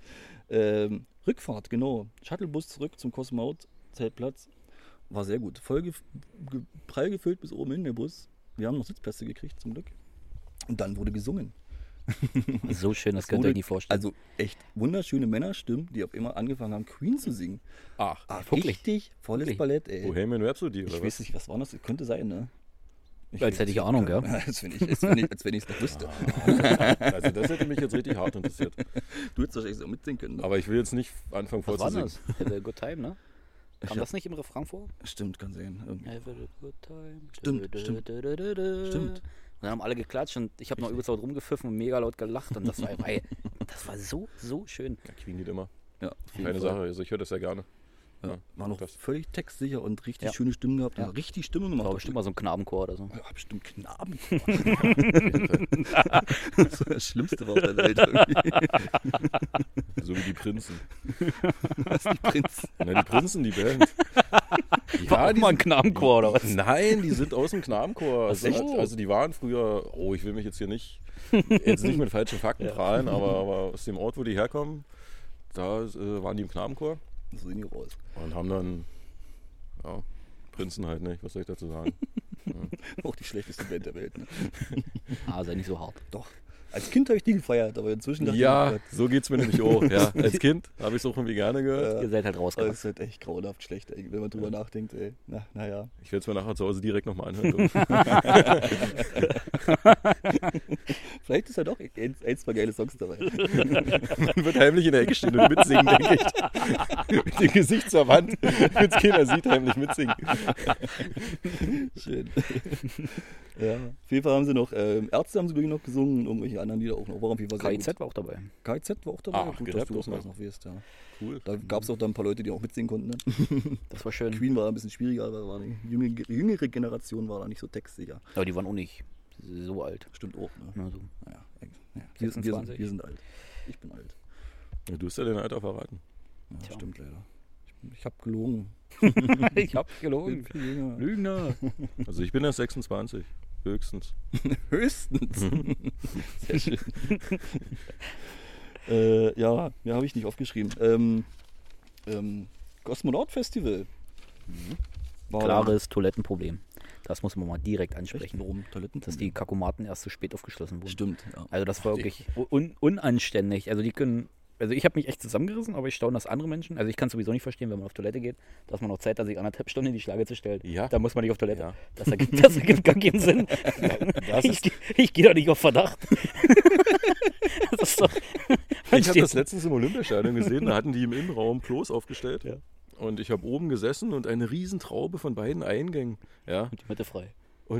ähm, Rückfahrt, genau. Shuttlebus zurück zum Cosmonaut, Zeltplatz. War sehr gut. Voll gef ge prall gefüllt bis oben hin der Bus. Wir haben noch Sitzplätze gekriegt, zum Glück. Und dann wurde gesungen. So schön, das Es könnt ihr wurde- euch nicht vorstellen. Also echt wunderschöne Männerstimmen, die auf einmal angefangen haben, Queen zu singen. Ach, Ah, wirklich? richtig volles Wirklich? Ballett, ey. Bohemian Rhapsody oder Ich was? weiß nicht, was war das? Könnte sein, ne? Ich Als weiß hätte ich nicht. Ahnung, ja. Als wenn ich es wenn ich, als wenn ich's noch wüsste. Also das hätte mich jetzt richtig hart interessiert. Du hättest wahrscheinlich so mitsingen können. Ne? Aber ich will jetzt nicht anfangen Was war vorzusingen. das? Have a good time, ne? Kam Ich hab- das nicht im Refrain vor? Stimmt, kann sein. Irgendwie. Have a good time. Stimmt, Du, stimmt. du, du, du, du. Stimmt. Und dann haben alle geklatscht und ich habe noch übelst laut rumgepfiffen und mega laut gelacht. Und das war, ey, das war so, so schön. Ja, Queen geht immer. Ja, auf jeden Keine Fall. Sache, also ich höre das ja gerne. Ja. Ja, War noch das. völlig textsicher und richtig Ja. schöne Stimmen gehabt. Ja. Ja. Richtig Stimmung gemacht. War bestimmt mal so ein Knabenchor oder so. Ja, bestimmt Knaben. Das war das Schlimmste war auf der Welt irgendwie. So wie die Prinzen. Was die Prinz. Na, die Prinzen, die Band. War auch die mal ein sind- Knabenchor oder was? Nein, die sind aus dem Knabenchor. Also, echt? also die waren früher, oh, ich will mich jetzt hier nicht, jetzt nicht mit falschen Fakten prahlen, aber, aber aus dem Ort, wo die herkommen, da äh, waren die im Knabenchor So in die raus. und haben dann, ja, Prinzen halt nicht, was soll ich dazu sagen? Auch die schlechteste Band der Welt. Ne? Ah, sei nicht so hart. Doch. Als Kind habe ich die gefeiert, aber inzwischen dachte Ja, ich, oh Gott, so geht's mir nämlich auch. Ja. Als Kind habe ich es auch irgendwie gerne gehört. Ihr seid halt aber rausgekommen. es ist halt echt grauenhaft schlecht, ey, wenn man drüber nachdenkt. Ey. Na, naja. Ich werde es mir nachher zu Hause direkt nochmal anhören. Vielleicht ist halt auch ein, ein, zwei geile Songs dabei. Man wird heimlich in der Ecke stehen und mitsingen, denke ich. Mit dem Gesicht zur Wand, damit es keiner sieht, heimlich mitsingen. Schön. Ja. Auf jeden Fall haben sie noch, ähm, Ärzte haben sie glaube ich noch gesungen und irgendwelche anderen Lieder auch noch. War auf jeden Fall sehr K I Z gut. war auch dabei. K I Z war auch dabei. Ach, Gut, dass gerappt du das auch noch. noch weißt, ja. Cool. Da gab es auch dann ein paar Leute, die auch mitsingen konnten. Ne? Das war schön. Queen war ein bisschen schwieriger, aber war die jüngere, jüngere Generation war da nicht so textsicher. Aber die waren auch nicht so alt. Stimmt auch, ne? Na, so. Naja, ja. wir, sind, wir, sind, sechsundzwanzig. wir sind alt. Ich bin alt. Ja, du hast ja dein Alter verraten. Ja, Tja. stimmt leider. Ich, ich habe gelogen. Ich hab Ich bin gelogen. viel jünger. Lügner. Also ich bin erst sechsundzwanzig, höchstens. Höchstens. Sehr schön. äh, ja, mehr habe ich nicht aufgeschrieben. Ähm, ähm, Kosmonaut Festival. War Klares Toilettenproblem. Das muss man mal direkt Echt? ansprechen. Warum Toiletten? Dass die Kakomaten erst zu spät aufgeschlossen wurden. Stimmt, ja. Also das war Ach, die- wirklich un unanständig. Also die können, also ich habe mich echt zusammengerissen, aber ich staune, dass andere Menschen, also ich kann sowieso nicht verstehen, wenn man auf Toilette geht, dass man noch Zeit hat, sich anderthalb Stunden in die Schlange zu stellen. Ja. Da muss man nicht auf Toilette. Ja. Das, ergibt, das ergibt gar keinen Sinn. das ich ist- geh- ich gehe doch nicht auf Verdacht. Das ist doch, man Ich habe steht- das letztens im Olympiastadion gesehen, da hatten die im Innenraum Klos aufgestellt. Ja. Und ich habe oben gesessen und eine Riesentraube von beiden Eingängen. Ja. Und die Mitte frei. Und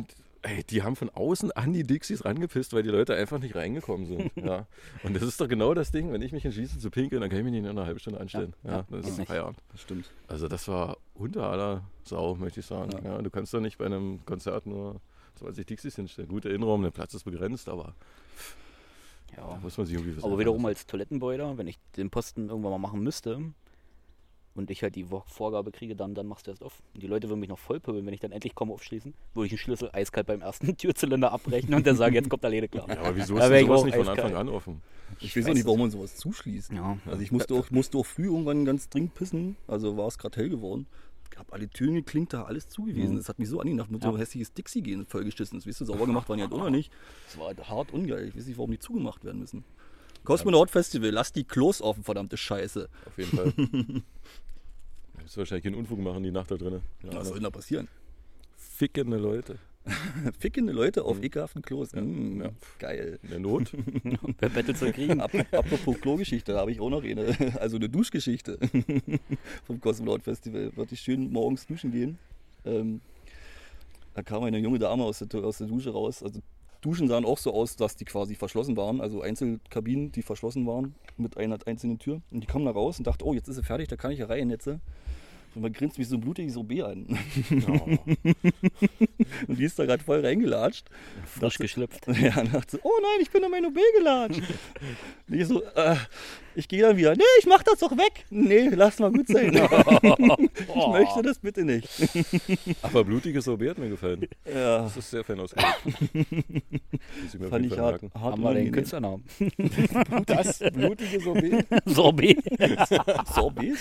ey, die haben von außen an die Dixies rangepisst, weil die Leute einfach nicht reingekommen sind. Ja. Und das ist doch genau das Ding, wenn ich mich entschließe zu pinkeln, dann kann ich mich nicht in einer halben Stunde anstellen. Ja, ja, das ist nicht. Feierabend. Das stimmt. Also das war unter aller Sau, möchte ich sagen. Ja. Ja, du kannst doch nicht bei einem Konzert nur zwanzig Dixies hinstellen. Gute Erinnerung, der Platz ist begrenzt, aber da Ja. muss man sich irgendwie was Aber einfallen wiederum lassen. als Toilettenboiler, wenn ich den Posten irgendwann mal machen müsste und ich halt die Wo- Vorgabe kriege, dann, dann machst du erst auf. Und die Leute würden mich noch vollpöbeln, wenn ich dann endlich komme aufschließen, würde ich den Schlüssel eiskalt beim ersten Türzylinder abbrechen und dann sagen, jetzt kommt der Lede klar. Ja, aber wieso Da ist wär denn ich sowas auch nicht von eiskalt. Anfang an offen? Ich weiß auch nicht, warum man sowas zuschließt. Ja. Also ich musste auch, musste auch früh irgendwann ganz dringend pissen, also war es gerade hell geworden. Ich habe alle Türen geklinkt, da alles zu gewesen. Mhm. Das hat mich so angedacht, mit so Ja. hässliches Dixie gehen, vollgeschissen. Das weißt du, sauber gemacht waren die halt auch noch nicht. Das war halt hart ungeil. Ich weiß nicht, warum die zugemacht werden müssen. Kosmonaut Festival, lass die Klos offen, verdammte Scheiße. Auf jeden Fall. Du wirst wahrscheinlich keinen Unfug machen, die Nacht da drinnen. Ja, Was soll denn da passieren? fickende Leute. Fickende Leute auf ekelhaften Klos. Ja, Mm, ja. Geil. In der Not. Wer bettelt zu kriegen? Ap apropos Klogeschichte, da habe ich auch noch eine, also eine Duschgeschichte vom Kosmonaut Festival. Wollte ich schön morgens duschen gehen. Ähm, da kam eine junge Dame aus der, aus der Dusche raus. Also Duschen sahen auch so aus, dass die quasi verschlossen waren. Also Einzelkabinen, die verschlossen waren mit einer einzelnen Tür. Und die kam da raus und dachte, oh, jetzt ist sie fertig, da kann ich ja rein jetzt. Und man grinst mich so ein blutiges O B an. Oh. Und die ist da gerade voll reingelatscht. Frisch geschlüpft. Ja, und dachte so, oh nein, ich bin in mein O B gelatscht. Und ich so, äh, ich gehe dann wieder, nee, ich mach das doch weg. Nee, lass mal gut sein. Ich möchte das bitte nicht. Aber blutiges O B hat mir gefallen. Ja, Das ist sehr fein ausgedrückt. Muss ich mir auf fand jeden ich Fall hart, merken. hart Haben wir den unangenehm. Künstlernamen. Das blutiges O B? Sorbet. Sorbet.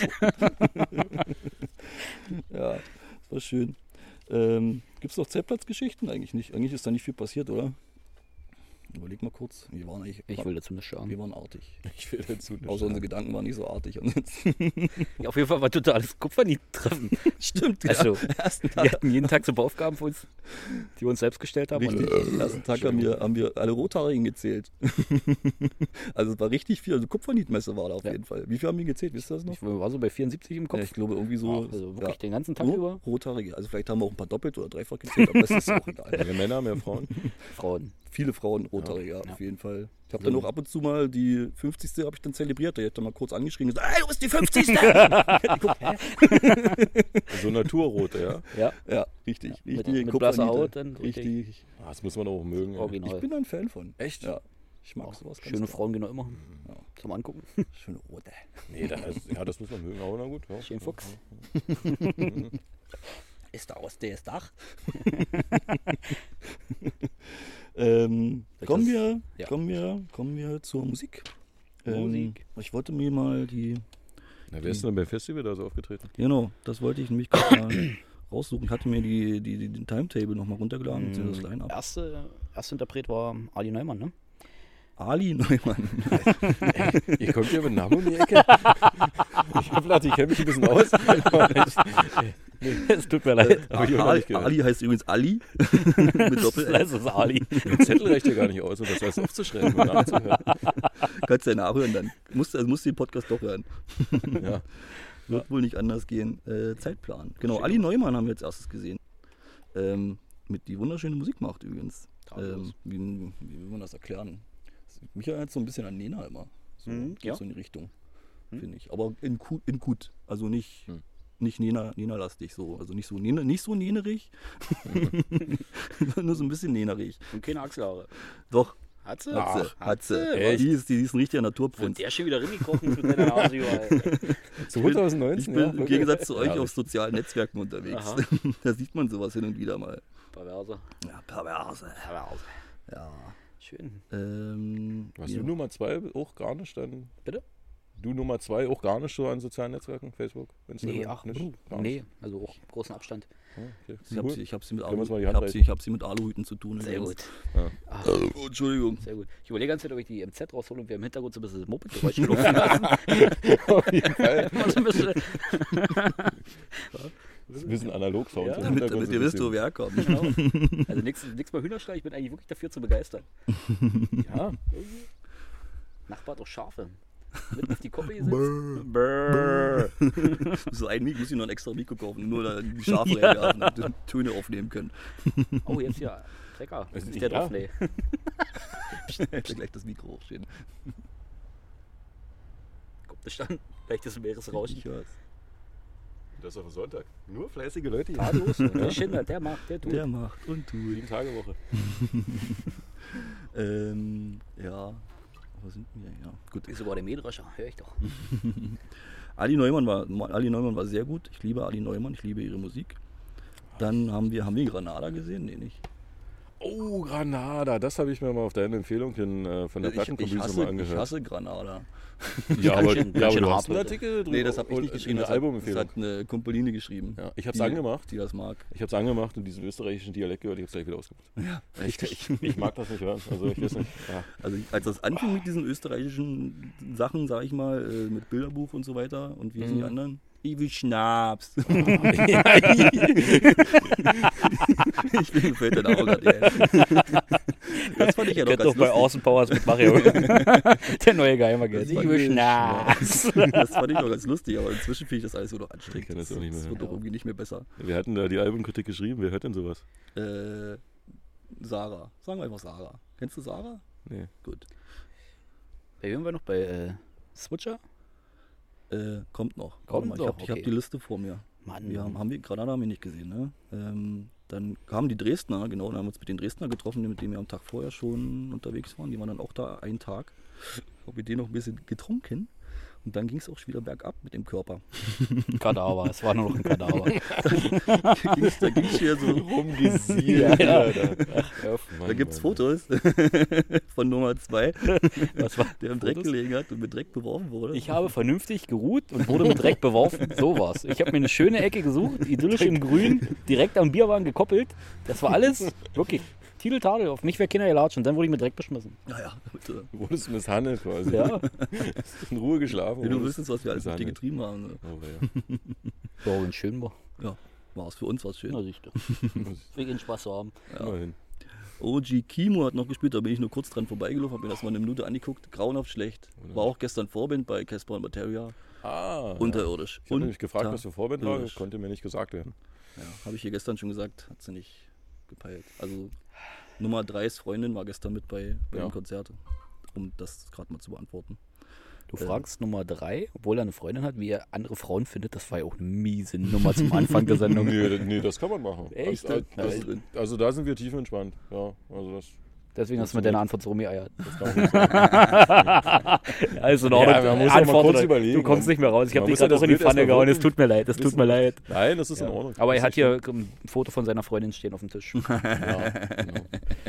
Ja, das war schön. Ähm, Gibt es noch Zeltplatzgeschichten? Eigentlich nicht. Eigentlich ist da nicht viel passiert, oder? Überleg mal kurz. Wir waren eigentlich, Ich will dazu nicht schauen. wir waren artig. Ich will dazu nicht Außer sagen. unsere Gedanken waren nicht so artig. Ja, auf jeden Fall war totales Kupferniet-Treffen. Stimmt, Also, Ersten wir hatten jeden Tag so Beaufgaben für uns, die wir uns selbst gestellt haben. Richtig. Und, Am ersten Tag haben wir, haben wir alle Rothaarigen gezählt. Also es war richtig viel. Also Kupfernietmesse war da auf Ja. jeden Fall. Wie viel haben wir gezählt? Wisst ihr das noch? ich war so bei vierundsiebzig im Kopf. Ja, ich glaube irgendwie so. also wirklich ja. den ganzen Tag Nur über. Rothaarige. Also vielleicht haben wir auch ein paar doppelt oder dreifach gezählt, aber das ist auch egal. Mehr Männer, mehr Frauen. Frauen. Viele Frauen Rothaarige, ja, Ja. auf jeden Fall. Ich habe So. dann auch ab und zu mal die fünfzigste habe ich dann zelebriert. Der hat dann mal kurz angeschrien und gesagt, ey, du bist die fünfzigste So Naturrote, ja. Ja, Ja, richtig. mit, Richtige mit blasser Kupferniete. Haut. Dann richtig. Richtig. Ah, das muss man auch mögen. Ja. Original. Ich bin da ein Fan von. Echt? Ja. Ich mag Auch sowas ganz schöne gerne. Frauen gehen auch immer Ja. zum Angucken. Schöne rote. Nee, das, ja, das muss man mögen. Aber na gut. Ja. Schön Fuchs. Ist da aus der Dach? ähm, Vielleicht kommen, das- wir, ja. kommen, wir, kommen wir zur Musik. Ähm, Musik. ich wollte mir mal die. Na, wer ist denn beim Festival da so aufgetreten? Genau, das wollte ich nämlich gerade mal raussuchen. Ich hatte mir die, die, die, den Timetable nochmal runtergeladen, beziehungsweise das Line-Up. Erste, erste Interpret war Ali Neumann, ne? Ali Neumann. Ihr kommt hier mit Namen um die Ecke. Ich hab gedacht, ich kenne mich ein bisschen aus. Es tut mir leid. Hab ich auch noch Ali, nicht gehört. Ali heißt übrigens Ali. Mit Doppel-L. Das ist Ali. Der Zettel reicht ja gar nicht aus, um das alles aufzuschreiben und nachzuhören. Kannst du ja nachhören dann. Musst, also musst du den Podcast doch hören. Ja. Wird wohl nicht anders gehen. Äh, Zeitplan. Genau, Ali Neumann haben wir jetzt erstes gesehen. Ähm, mit die wunderschöne Musik macht übrigens. Ähm, wie, wie will man das erklären? Mich erinnert so ein bisschen an Nena immer. So, Mhm, geht ja. so in die Richtung, Mhm. finde ich. Aber in gut, in gut. Also nicht, Mhm. nicht Nena, Nena-lastig so. Also nicht so, Nena, nicht so nenerig, nur so ein bisschen nenerig. Und keine Achselhaare. Doch, Hat sie? hat sie. Ach, Hat sie. Echt? Die, ist, die ist ein richtiger Und Naturprinz. der ist schon wieder reingekrochen mit seiner Nase überall. zwanzig neunzehn, Ich bin ja. im wirklich. Gegensatz zu euch Herrlich. auf sozialen Netzwerken unterwegs. Aha. Da sieht man sowas hin und wieder mal. Perverse. Ja, perverse. Perverse. Ja. Schön. Ähm, Was, ja. du Nummer zwei auch gar nicht dann? Bitte? Du Nummer zwei auch gar nicht so an sozialen Netzwerken? Facebook, Instagram? Nee, ach, nicht? uh, Gar nee, nicht? also auch großen Abstand. Ah, okay. Ich habe Cool. sie, ich hab sie, mit Können wir uns Alu, mal die ich Hand hab sie, ich hab sie mit Aluhüten zu tun. Sehr übrigens. gut. Ja. Ach, Oh, Entschuldigung. sehr gut. Ich überlege ganz Zeit, ob ich die M Z raushole und wir im Hintergrund so ein bisschen das Moped-Geräusch laufen lassen. Auf jeden Fall. Mal so ein bisschen. Das ist ein bisschen Analog-Sound. Ja. im Damit, Hintergrund damit so ihr ein wisst, wo bisschen. wir herkommen. Genau. Also nichts mal Hühnerstall, ich bin eigentlich wirklich dafür zu begeistern. Ja, Nachbar hat auch Schafe. Mitten auf die Koppel gesetzt. Brrr. So ein Mikro muss ich noch ein extra Mikro kaufen, nur da die Schafe Ja. reinwerfen, damit wir Töne aufnehmen können. Oh, jetzt ja. Trecker. Es- Ist der ja. drauf? Nee. Gleich das Mikro hochstehen. Kommt nicht an. Vielleicht ist Meeresrauschen. Ich hör's. Das ist auf Sonntag. Nur fleißige Leute hier. Tadellos. Der Schindler, der macht, der tut. Der macht und tut. Sieben Tage Woche. Ähm, ja. Wo sind wir? Ja, gut. Ist sogar der Mähdrescher, höre ich doch. Ali Neumann war Ali Neumann war sehr gut. Ich liebe Ali Neumann, ich liebe ihre Musik. Dann haben wir haben wir Granada gesehen, nee nicht. Oh, Granada. Das habe ich mir mal auf deine Empfehlung hin, äh, von der Ich, ich, Plattenkombüse hasse, mal ich angehört. hasse Granada. Ja, aber, schön- ja, ganz aber schön du hart, hast einen Leute. Artikel drüber. Nee, das habe ich nicht oder geschrieben. Eine Das hat, das Albumempfehlung. hat eine Kumpeline geschrieben. Ja, ich hab's die, angemacht. Die das mag. Ich habe es angemacht und diesen österreichischen Dialekt gehört. Ich habe es gleich wieder ausgemacht. Ja, Ich, ich, ich mag das nicht hören. Also ich weiß nicht. Ja. Also ich- als das anfing mit diesen österreichischen Sachen, sag ich mal, äh, mit Bilderbuch und so weiter und wie sind die Mhm. anderen? Ich will Schnaps. ich bin gefällt der Name gerade. Das fand ich ja noch Kennt ganz doch bei lustig. Austin Powers mit Mario. Der neue Geheimagent. Das war Liebe gut. Schnaps. Das fand ich noch ganz lustig, aber inzwischen finde ich das alles so noch anstrengend. Ich kann das auch nicht mehr Das wird hören. doch irgendwie nicht mehr besser. Wir hatten da die Albumkritik geschrieben. Wer hört denn sowas? Äh, Sarah. Sagen wir einfach Sarah. Kennst du Sarah? Nee. Gut. Bei wem war noch? Bei äh, Switcher? Äh, kommt noch. Kommt Warte mal, ich noch, habe okay. hab die Liste vor mir. Mann. Wir haben, haben wir, Granada haben wir nicht gesehen, ne? Ähm, dann kamen die Dresdner, genau, dann haben wir uns mit den Dresdner getroffen, mit denen wir am Tag vorher schon unterwegs waren. Die waren dann auch da einen Tag. Ich habe mit denen noch ein bisschen getrunken. Und dann ging es auch schon wieder bergab mit dem Körper. Kadaver. Es war nur noch ein Kadaver. da ging es da ging's hier so. Rumgesiert. Ja, Alter. Ja, Da gibt es Fotos von Nummer zwei, was war der im Dreck Fotos? gelegen hat und mit Dreck beworfen wurde. Ich habe vernünftig geruht und wurde mit Dreck beworfen. So war's. Ich habe mir eine schöne Ecke gesucht, idyllisch im Grün, direkt am Bierwagen gekoppelt. Das war alles wirklich Titeltadel. Auf mich wäre Kinder gelatscht und dann wurde ich mit Dreck beschmissen. Naja, bitte. Du wurdest misshandelt quasi. Ja. In Ruhe geschlafen. Ja, du wurdest wüsstest, was wir alles mit dir misshandelt. getrieben haben. Ne? Oh, ja. Ja, wenn es schön war. Ja, war es für uns was schön. Na sicher. Wir gehen Spaß zu haben. Immerhin. O G Kimo hat noch gespielt, da bin ich nur kurz dran vorbeigelaufen, habe mir das mal eine Minute angeguckt. Grauenhaft schlecht. War auch gestern Vorband bei Casper und Materia. Ah. Unterirdisch. Ich habe nämlich gefragt, was für Vorband war. Unterirdisch. Konnte mir nicht gesagt werden. Ja, habe ich hier gestern schon gesagt, hat sie nicht gepeilt. Also Nummer dreis Freundin war gestern mit bei, bei Ja. dem Konzert, um das gerade mal zu beantworten. Du fragst Nummer drei, obwohl er eine Freundin hat, wie er andere Frauen findet. Das war ja auch eine miese Nummer zum Anfang der Sendung. Nee, nee, das kann man machen. Echt? Also, Ja, also, drin. also da sind wir tiefenentspannt. Ja, also das, Deswegen hast du mit deiner Antwort so rumgeeiert. das kann man nicht sagen. Also in Ordnung. Ja, man muss ja mal Antwort kurz oder- überlegen. Du kommst nicht mehr raus. Ich Man habe dich muss ja gerade das auch in die Bild erst Pfanne mal gehauen. Es wirken. tut mir leid. Es tut mir leid. Nein, das ist Ja. in Ordnung. Aber er Das hat ist hier ein Foto von seiner Freundin stehen auf dem Tisch. nicht- Ja, genau.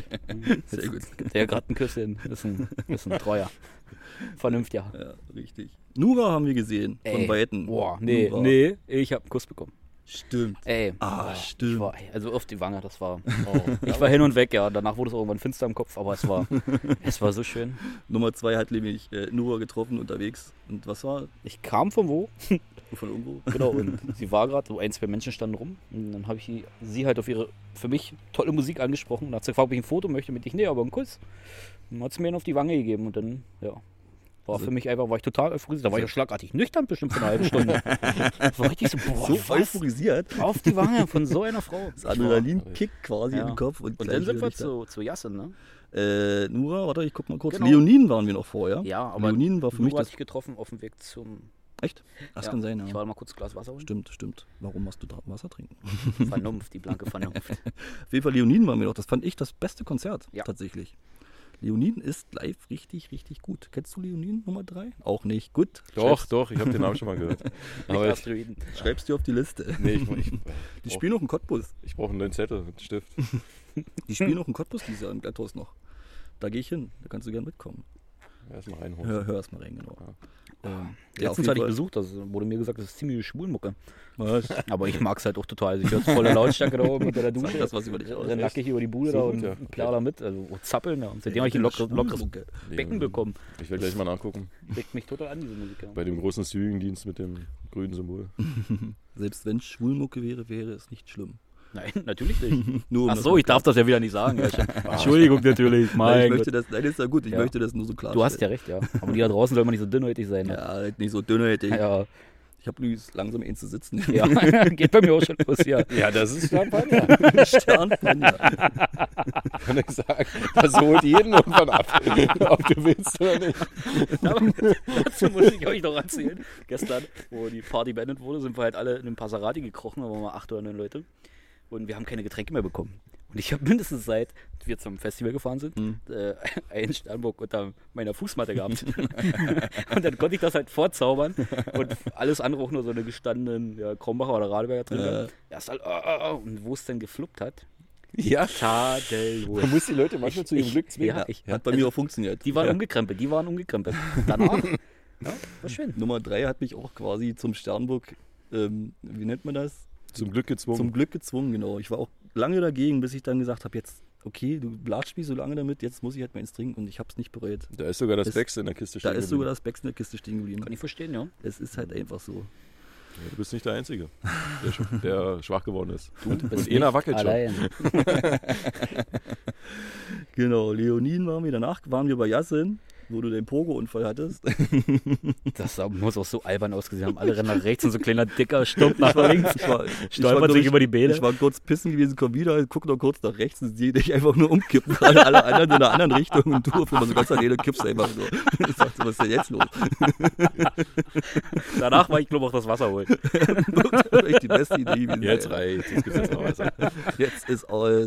Sehr gut. Der gerade ein Küsschen. Ist ein, ist ein Treuer. Vernünftig. Ja, richtig. Nura haben wir gesehen, von Ey, Weitem. Boah, nee, Nura. nee. Ich habe einen Kuss bekommen. Stimmt. Ey. Ah, boah, stimmt. Ich war, also auf die Wange, das war... Oh. Ich war hin und weg, ja. Danach wurde es irgendwann finster im Kopf, aber es war, es war so schön. Nummer zwei hat nämlich äh, Nura getroffen unterwegs. Und was war? Ich kam von wo? Von irgendwo? Genau, und sie war gerade, so ein, zwei Menschen standen rum. Und dann habe ich sie- sie halt auf ihre für mich tolle Musik angesprochen. Und hat sie gefragt, ob ich ein Foto möchte mit ich. Nee, aber einen Kuss. Und dann hat sie mir einen auf die Wange gegeben. Und dann, ja, war Also- für mich einfach, war ich total euphorisiert. Da war ich ja schlagartig nüchtern bestimmt für eine halbe Stunde. Das war richtig so, boah, So was? euphorisiert. Auf die Wange von so einer Frau. Das Adrenalin kickt quasi Ja. im Kopf. Und, Und gleich dann sind wieder wir nicht da. zu, zu Yasin, ne? Äh, Nura, warte, ich guck mal kurz. Genau. Leonin waren wir noch vorher. Ja, aber Leonin war für mich Nura das. hatte ich getroffen auf dem Weg zum... Echt? Das Ja, kann sein, ja. Ich war mal kurz ein Glas Wasser holen. Stimmt, stimmt. Warum machst du da Wasser trinken? Vernunft, die blanke Vernunft. Auf jeden Fall Leonin waren wir noch. Das fand ich das beste Konzert, Ja. tatsächlich. Leonin ist live richtig, richtig gut. Kennst du Leonin Nummer drei? Auch nicht. Gut. Doch, Schreib's, doch, ich habe den Namen schon mal gehört. Aber ich, Asteroiden. schreib's dir auf die Liste. nee, ich, ich, Die spielen noch einen Cottbus. ich brauche einen neuen Zettel und einen Stift. Die spielen noch einen Cottbus dieses Jahr im Gleithaus noch. Da gehe ich hin. Da kannst du gerne mitkommen. Erstmal reinholen. Hör, hör erst mal rein, genau. Ähm, ja, auf Letztens jeden hatte ich Fall. besucht, das wurde mir gesagt, das ist ziemlich Schwulmucke. Was? Aber ich mag es halt auch total. Also ich höre volle Lautstärke da oben unter der Sag Dusche. das was über dich aus. Renn nackig über die Bude So da gut, und ja. plär da mit. Also oh, zappeln da. Und seitdem habe ich ein locker, lockeres Schwulmucke. Becken bekommen. Ich werde gleich mal nachgucken. Regt mich total an, diese Musik. Ja. Bei dem großen Streaming-Dienst mit dem grünen Symbol. Selbst wenn es Schwulmucke wäre, wäre es nicht schlimm. Nein, natürlich nicht. Nur um Ach das so, mal ich darf das ja wieder nicht sagen. Ja, schon. Entschuldigung natürlich, Nein, mein ich Gott. möchte das, nein, das ist ja gut, ich Ja. möchte das nur so klar Du hast ja recht, ja. Aber die da draußen soll man nicht so dünnhäutig sein. Ne? Ja, nicht so dünnhäutig. Ja. Ich habe übrigens langsam eins zu sitzen. Ja, geht bei mir auch schon los, ja. Ja, das ist Champagner. Sternpanja. Kann ich sagen. Das holt jeden irgendwann ab. Ob du willst oder nicht. Aber dazu muss ich euch noch erzählen. Gestern, wo die Party beendet wurde, sind wir halt alle in den Passerati gekrochen, da waren wir acht oder neun Leute. Und wir haben keine Getränke mehr bekommen. Und ich habe mindestens seit wir zum Festival gefahren sind, mhm. äh, einen Sternburg unter meiner Fußmatte gehabt. Und dann konnte ich das halt vorzaubern und alles andere auch nur so eine gestandenen ja, Krombacher oder Radeberger drin. Äh. Erst halt, oh, oh, oh. Und wo es dann gefluppt hat, ja, tadellos. Man muss die Leute manchmal ich, zu ihrem ich, Glück zwingen. Ja, ich, hat bei also, mir auch funktioniert. Die waren ja. umgekrempelt, die waren umgekrempelt. Danach, ja, war schön. Nummer drei hat mich auch quasi zum Sternburg, ähm, wie nennt man das? Zum Glück gezwungen. Zum Glück gezwungen, genau. Ich war auch lange dagegen, bis ich dann gesagt habe, jetzt, okay, du blatscht mich so lange damit, jetzt muss ich halt mal ins Trinken und ich habe es nicht bereut. Da ist sogar das es, Becks in der Kiste stehen Da ist sogar das Becks in der Kiste stehen geblieben. Kann ich verstehen, ja. Es ist halt einfach so. Ja, du bist nicht der Einzige, der, der schwach geworden ist. Du, du bist einer wackelt allein. schon. Genau, Leoniden waren wir, danach waren wir bei Yassin, wo du den Pogo-Unfall hattest. Das muss auch so albern ausgesehen haben. Alle rennen nach rechts und so ein kleiner Dicker stummt nach links. Ich war, stolpert sich über die Beine. Ich war kurz pissen gewesen, komm wieder, guck noch kurz nach rechts und sehe dich einfach nur umkippen. Alle, alle anderen in einer anderen Richtung und du auf einmal so ganz alleine kippst einfach so. Ich dachte, was ist denn jetzt los? Danach war ich, glaube ich, auch das Wasser holen. Das war echt die beste Idee gewesen. Jetzt reicht, jetzt gibt's jetzt noch Wasser. Jetzt ist alles.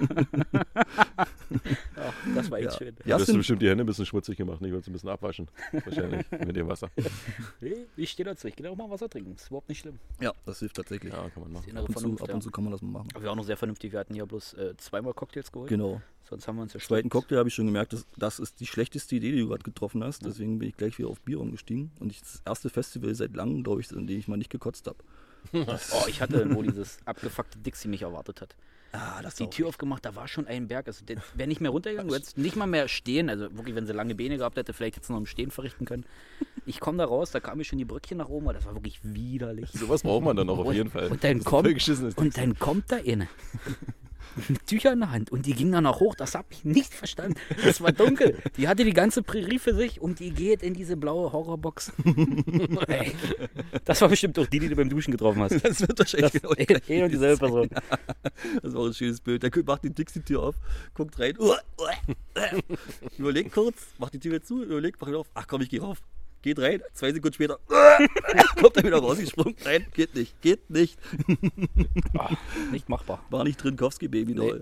Ach, das war echt Ja. schön. Du hast bestimmt die Hände ein bisschen schmutzig gemacht, nicht? Wolltest ein bisschen abwaschen. Wahrscheinlich mit dem Wasser. Nee, ich stehe dazu. Ich kann auch mal Wasser trinken. Ist überhaupt nicht schlimm. Ja, das hilft tatsächlich. Ja, kann man machen. Innere Ab und, zu, Vernunft, ab ja. und zu kann man das mal machen. Aber wir waren auch sehr vernünftig. Wir hatten ja bloß äh, zweimal Cocktails geholt. Genau. Sonst haben wir uns ja Zweiten Cocktail habe ich schon gemerkt, das, das ist die schlechteste Idee, die du gerade getroffen hast. Deswegen bin ich gleich wieder auf Bier umgestiegen. Und ich, das erste Festival seit langem, glaube ich, in dem ich mal nicht gekotzt habe. Oh, ich hatte, wo dieses abgefuckte Dixie mich erwartet hat. Ah, das Die Tür aufgemacht, da war schon ein Berg. Also der wäre nicht mehr runtergegangen, du hättest nicht mal mehr stehen. Also wirklich, wenn sie lange Beine gehabt hätte, vielleicht hätte sie noch im Stehen verrichten können. Ich komme da raus, da kam mir schon die Brückchen nach oben, weil das war wirklich widerlich. Sowas braucht man dann auch auf jeden Fall. Und dann, Das ist kommt, voll geschissenes und dann kommt da eine mit Tüchern in der Hand und die ging dann auch hoch, das habe ich nicht verstanden. Es war dunkel. Die hatte die ganze Prärie für sich und die geht in diese blaue Horrorbox. Ey, das war bestimmt auch die, die du beim Duschen getroffen hast. Das wird wahrscheinlich Das genau die eh, eh und dieselbe Person. Das war ein schönes Bild. Der macht die Dixie-Tür auf, guckt rein, überlegt kurz, macht die Tür wieder zu, überlegt, macht wieder auf. Ach komm, ich geh rauf. Geht rein, zwei Sekunden später kommt er wieder rausgesprungen. Rein, geht nicht, geht nicht. Ach, nicht machbar. War nicht Trinkowski-Baby doll.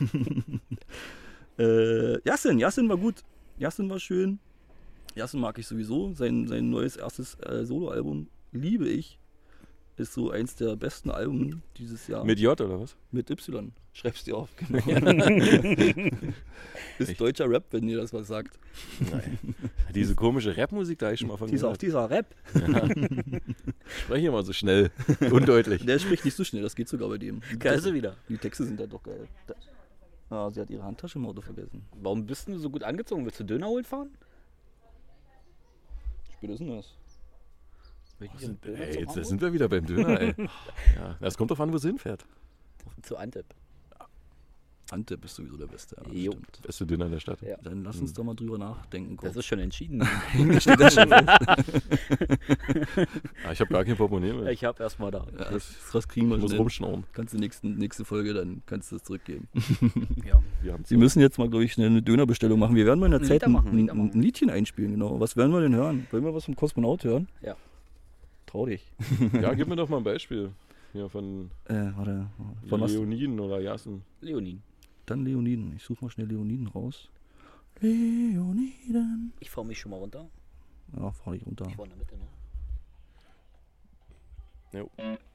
äh, Yassin, Yassin war gut. Yassin war schön. Yassin mag ich sowieso. Sein, sein neues erstes äh, Soloalbum liebe ich. Ist so eins der besten Alben dieses Jahr. Mit J oder was? Mit Y. Schreib's dir auf. Genau. Ist Echt? deutscher Rap, wenn ihr das was sagt. Nein. Diese komische Rapmusik, da habe ich schon mal von Die ist auch gehört. dieser Rap. Ja. Spreche immer so schnell, undeutlich. Der spricht nicht so schnell, das geht sogar bei dem. Die, Geil, sie wieder. die Texte sind da doch geil. Da, ah, sie hat ihre Handtasche im Auto vergessen. Warum bist du so gut angezogen? Willst du Döner holen fahren? Spät ist denn das? Ey, jetzt da sind wir wieder beim Döner, ey. Ja, das kommt drauf an, wo es hinfährt. Zu Antep. Antep ist sowieso der Beste. Ja, Jo. stimmt. Beste Döner in der Stadt. Ja. Dann lass uns doch mal drüber nachdenken. Das Kurz. ist schon entschieden. Steht das schon fest? Ah, ich habe gar kein Portemonnaie mehr. Ich habe erstmal da. Ja, das, das kriegen wir Ich muss schon hin. rumschnauben. Kannst du nächste, nächste Folge, dann kannst du das zurückgeben. Ja. Wir haben Sie müssen jetzt mal, glaube ich, eine Dönerbestellung machen. Wir werden mal in der Ein Zeit Lieder ein, machen, ein, Lieder machen. ein Liedchen einspielen, genau. Was werden wir denn hören? Wollen wir was vom Kosmonaut hören? Ja. Trau dich. Ja, gib mir doch mal ein Beispiel. Ja, von Äh, warte. Von was? Leoniden oder Yassen. Leonin. Dann Leoniden. Ich suche mal schnell Leoniden raus. Leoniden. Ich fahr mich schon mal runter. Ja, fahr ich runter. Ich war in der Mitte, ne? Jo.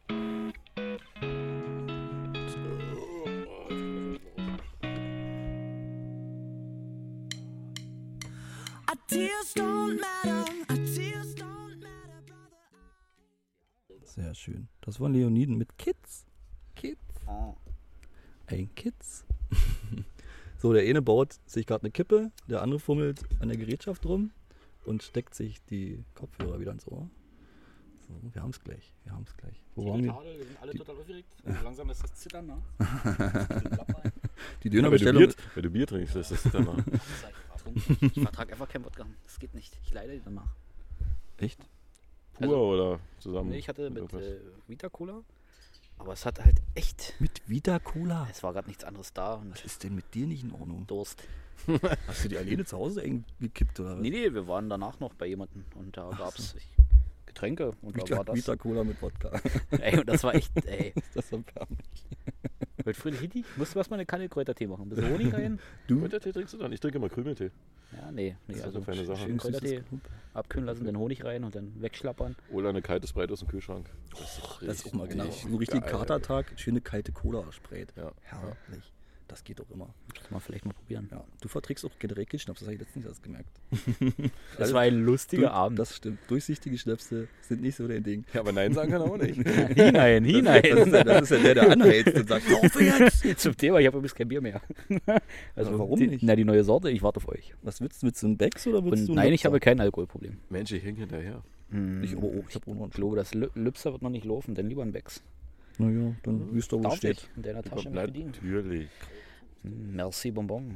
Our tears don't matter, our tears don't matter, brother. Sehr schön. Das waren Leoniden mit Kids. Kids. Ah. Ein Kids. So, der eine baut sich gerade eine Kippe, der andere fummelt an der Gerätschaft rum und steckt sich die Kopfhörer wieder ins Ohr. So, wir haben es gleich. Wir haben es gleich. Wo waren wir? wir sind alle total aufgeregt. Langsam ist das Zittern, ne? Die Ja, wenn, du Dönerbestellung. Bier, wenn du Bier trinkst, ist das dann mal. Ich vertrage einfach kein Wodka. Das geht nicht. Ich leide danach. Echt? Pur Also, oder zusammen? Nee, ich hatte mit irgendwas? äh, Vita Cola. Aber es hat halt echt. Mit Vita Cola. Es war gerade nichts anderes da und Was ist denn mit dir nicht in Ordnung? Durst. Hast du die alleine zu Hause gekippt oder was? Nee, nee, wir waren danach noch bei jemandem und da gab es Getränke und da Vita, war das. Vita Cola mit Wodka. Ey, und das war echt, ey. Ist das erbärmlich? Mit Friedrich Hitti musst du was mal eine Kanne Kräutertee machen. Ein bisschen Honig rein. Du? Kräutertee trinkst du dann? Ich trinke immer Krümeltee. Ja, nee. nee Das ist also eine feine Sache. schön Süßes Kräutertee Klump. abkühlen lassen, dann Honig rein und dann wegschlappern. Oder eine kalte Sprite aus dem Kühlschrank. Das ist, Das ist auch mal genau. richtig So richtig geil. Katertag, schöne kalte Cola sprayt. Ja. Herrlich. Das geht doch immer. Das mal vielleicht mal probieren. Ja. Du verträgst auch generell keinen Schnaps, das habe ich letztens erst gemerkt. Das war ein lustiger Du- Abend. Das stimmt. Durchsichtige Schnäpse sind nicht so dein Ding. Ja, aber Nein sagen kann er auch nicht. hinein, Das ist, ja, hinein. das ist ja der, der anheizt und sagt, kaufe jetzt! Zum Thema, ich habe übrigens kein Bier mehr. Also, Aber warum die, nicht? Na, die neue Sorte, ich warte auf euch. Was willst du mit so einem Becks oder willst Und du einen nein, ich Lübser? habe kein Alkoholproblem. Mensch, ich hänge hinterher. Hm, Ich aber auch, ich habe auch noch einen Ich glaube, das Lü- Lübser wird noch nicht laufen, dann lieber ein Becks. Naja, dann wisst ihr, wo es Darf steht. ich in deiner Tasche mit bedienen? Natürlich. Hm, Merci, Bonbon.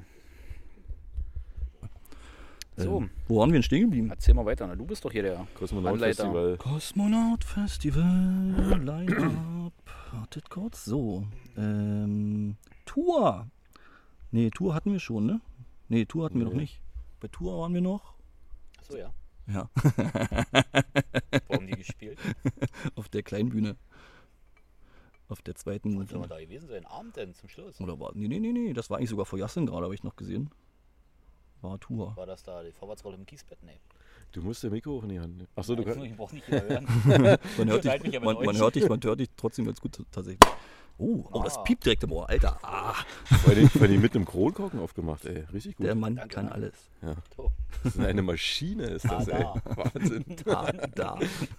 So, Ähm, wo waren wir denn stehen geblieben? erzähl mal weiter. Na, du bist doch hier der Kosmonaut-Festival. Kosmonaut Festival Line-Up. Wartet kurz. So. Ähm, Tour. Nee, Tour hatten wir schon, ne? Nee, Tour hatten wir Nee. noch nicht. Bei Tour waren wir noch. Achso, ja. Ja, Wo haben die gespielt? auf der Kleinbühne. Auf der zweiten. Wo soll man da gewesen sein? Abend denn zum Schluss? Oder war. Nee, nee, nee, nee. Das war eigentlich sogar vor Jassen gerade, habe ich noch gesehen. War Tour. War das da die Vorwärtsrolle im Kiesbett? Nee. Du musst der Mikro hoch in die Hand nehmen. Achso, du Nein, kannst. ich brauch nicht wieder hören. Man hört, Unterhalte mich dich, aber man, mit man, euch. hört dich, man hört dich trotzdem ganz gut tatsächlich. Oh, oh, das Ah. piept direkt im Ohr. Alter, ah, Weil die, weil die mit einem Kronkorken aufgemacht, ey. Richtig gut. der Mann Danke, kann Mann. alles. So. Das ist eine Maschine, ist das, Ah, ey. Wahnsinn. Da, da.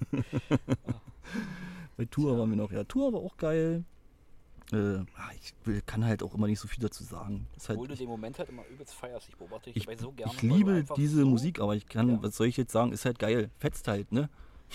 Bei Tour waren wir noch. Ja, Tour war auch geil. Äh, ah, ich will, kann halt auch immer nicht so viel dazu sagen. Das ist halt, Obwohl du ich den Moment halt immer übelst feierst. Ich beobachte dich ich, dabei so gerne. ich weil du liebe einfach diese so, Musik, aber ich kann, Ja. was soll ich jetzt sagen, ist halt geil. Fetzt halt, ne?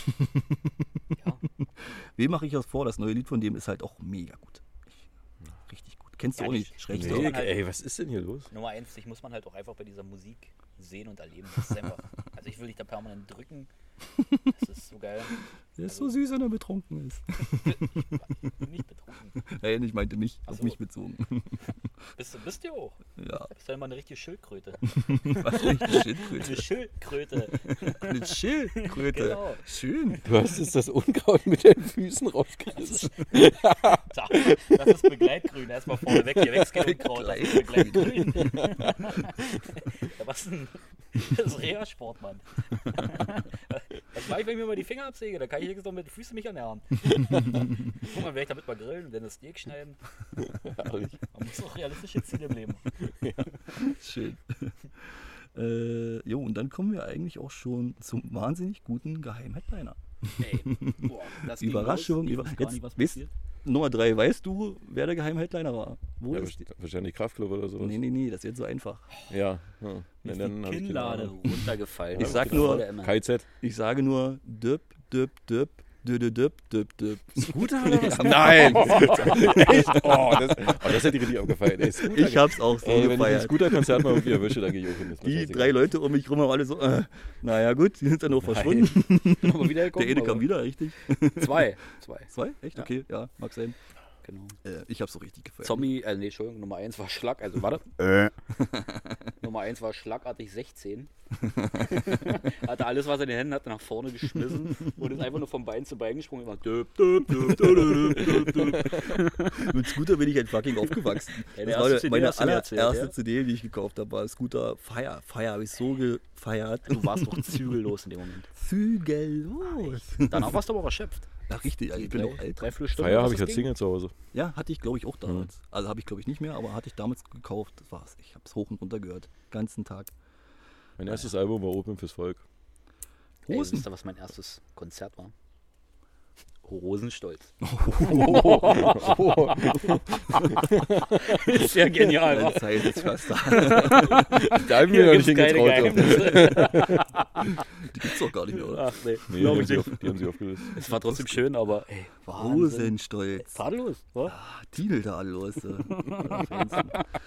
Ja. Wem mache ich das vor? Das neue Lied von dem ist halt auch mega gut. Ich, richtig gut. Kennst du Ja, auch nicht- nicht? Schrägst Nee. du auch? Nee, ey, was ist denn hier los? Nummer eins, dich muss man halt auch einfach bei dieser Musik sehen und erleben. Das ist einfach, also ich will dich da permanent drücken. Das ist so geil. Der ist so süß, wenn er betrunken ist. Ich bin nicht betrunken. Nein, ich meinte mich, Ach auf so. mich bezogen. Bist du bist du auch. Ja, Das ist ja immer eine richtige Schildkröte. was eine Eine Schildkröte. Schildkröte. Eine Schildkröte. Genau. Schön. Du hast jetzt das Unkraut mit den Füßen rausgerissen. Da, das ist Begleitgrün. Erstmal vorne weg, hier wächst kein Unkraut. Das ist Begleitgrün. Ja, was denn? Das ist Reha-Sport, Mann. Was mache ich, wenn ich mir mal die Finger absäge? Da kann ich jetzt doch mit den Füßen mich ernähren. Guck mal, werde ich damit mal grillen und dann das Steak schneiden. Herrlich. Man muss auch realistische Ziele im Leben. Schön. Äh, jo, und dann kommen wir eigentlich auch schon zum wahnsinnig guten Geheim-Headliner. Ey, boah, das ging Überraschung. los. Ich Über wusste gar jetzt nicht, was wisst- passiert. Nummer drei, weißt du, wer der Geheim-Headliner war? Wo Ja, ist die? wahrscheinlich Kraftclub oder sowas. Nee, nee, nee, das wird so einfach. Ja. ja. Mir Nee, ist dann die hab ich keine Kinnlade Ahnung. runtergefallen. Ich sag Volle nur- Emme. K Z. Ich sage nur Düpp, Düpp, Düpp, Düpp, Düpp, Düpp, Düpp. Scooter oder was? Ja, Nein! Echt? Oh, das, oh, das hätte ich richtig abgefeiert. Ey, Scooter, Ich hab's auch so ey, wenn ich ein gefeiert. Scooter-Konzert mal irgendwie erwische, dann gehe ich auch hin. Ist mir Die scheißegal. drei Leute um mich rum haben alle so, äh, naja gut, die sind dann nur verschwunden. Bin aber wiedergekommen, Der eine aber kam wieder, richtig? Zwei. Zwei, Zwei? Echt? Ja. Okay, ja, mag sein. genau. Äh, ich hab's so richtig gefeiert. Zombie, äh, nee, Entschuldigung, Nummer eins war Schlag, also warte. Nummer eins war schlagartig sechzehn. Hatte alles, was er in den Händen hatte, nach vorne geschmissen und ist einfach nur vom Bein zu Bein gesprungen und immer döp, döp, döp, döp, döp, döp. Mit Scooter bin ich halt fucking aufgewachsen. Deine Das war erste C D meine hast du mir erzählt, allererste ja? C D, die ich gekauft habe, war Scooter Fire. Fire habe ich so gefeiert. Du warst doch zügellos in dem Moment. Zügellos. Danach warst du aber auch erschöpft. Ja, richtig, also ich bin drei, doch alt. drei, vier Stunden. Feier was habe ich das als ging. Single zu Hause. Ja, hatte ich glaube ich auch damals. Also habe ich glaube ich nicht mehr, aber hatte ich damals gekauft. Das war's. Ich habe es hoch und runter gehört. Ganzen Tag. Mein erstes Album war Open fürs Volk. Ey, Hosen. wisst ihr, was mein erstes Konzert war? Rosenstolz. Oh. Ist ja genial, Meine wa? Zeit ist fast da. Da haben wir Hier noch nicht gibt's keine hingetraut. Geheimnisse. Die gibt's doch gar nicht mehr, oder? Ach nee, Nee, die glaub haben, ich sie nicht. auf, die haben sie aufgelöst. Es war trotzdem schön, aber ey, Wahnsinn. Rosenstolz. Tadellos, wa? Ah, Titel da los. So. Ja, Fancy.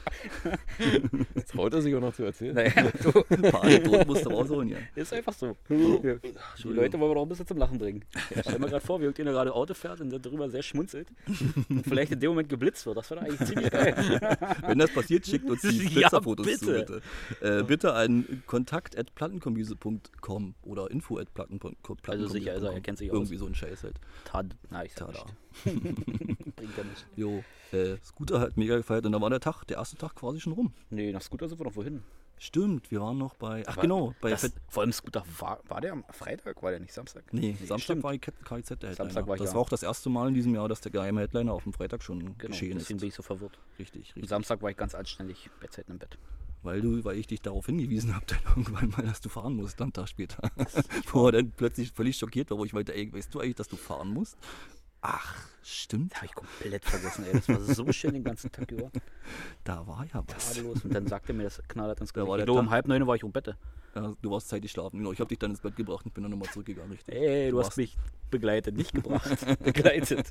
Jetzt traut er sich auch noch zu erzählen. Naja, du, Ein paar Anekdoten musst du rausholen, ja. ist einfach so. Die Leute wollen wir doch ein bisschen zum Lachen bringen. Ja, stell mir gerade vor, wie irgendjemand gerade Auto fährt und darüber sehr schmunzelt und vielleicht in dem Moment geblitzt wird. Das wäre eigentlich ziemlich geil. Wenn das passiert, schickt uns die Ja, Blitzerfotos zu, bitte. bitte. Äh, bitte an kontakt at plattenkombüse punkt com oder info at plattenkombüse punkt com. Also sicher ist er, er kennt sich aus. Irgendwie so ein Scheiß halt. Tad, na, ich sag Tada. nicht. Bringt ja nicht. Jo, äh, Scooter hat mega gefeiert und da war der Tag, der erste Tag quasi schon rum. Nee, nach Scooter sind wir noch wohin. Stimmt, wir waren noch bei, ach Aber genau, bei Das, Fett, vor allem Scooter, war, war der am Freitag? War der nicht Samstag? nee, Samstag stimmt. war die K I Z der Headliner. Samstag war ich das da. war auch das erste Mal in diesem Jahr, dass der geheime Headliner auf dem Freitag schon Genau, geschehen deswegen ist. bin ich so verwirrt. Richtig, Und richtig. Samstag war ich ganz anständig Bettzeiten im Bett. Weil du, weil ich dich darauf hingewiesen habe, dann irgendwann mal, dass du fahren musst, am Tag später. Wo er dann plötzlich völlig schockiert war, wo ich meinte, ey, weißt du eigentlich, dass du fahren musst? Ach, stimmt. Das habe ich komplett vergessen, ey. Das war so schön den ganzen Tag über. Da war ja was. Tadellos. Und dann sagte mir das knallhart ins Da Gesicht. war Ich der glaube, um Tag. halb neun war ich um Bett. Ja, du warst zeitig schlafen. Genau, ich habe dich dann ins Bett gebracht und bin dann nochmal zurückgegangen, richtig. Ey, du hast warst- mich begleitet, nicht gebracht. begleitet.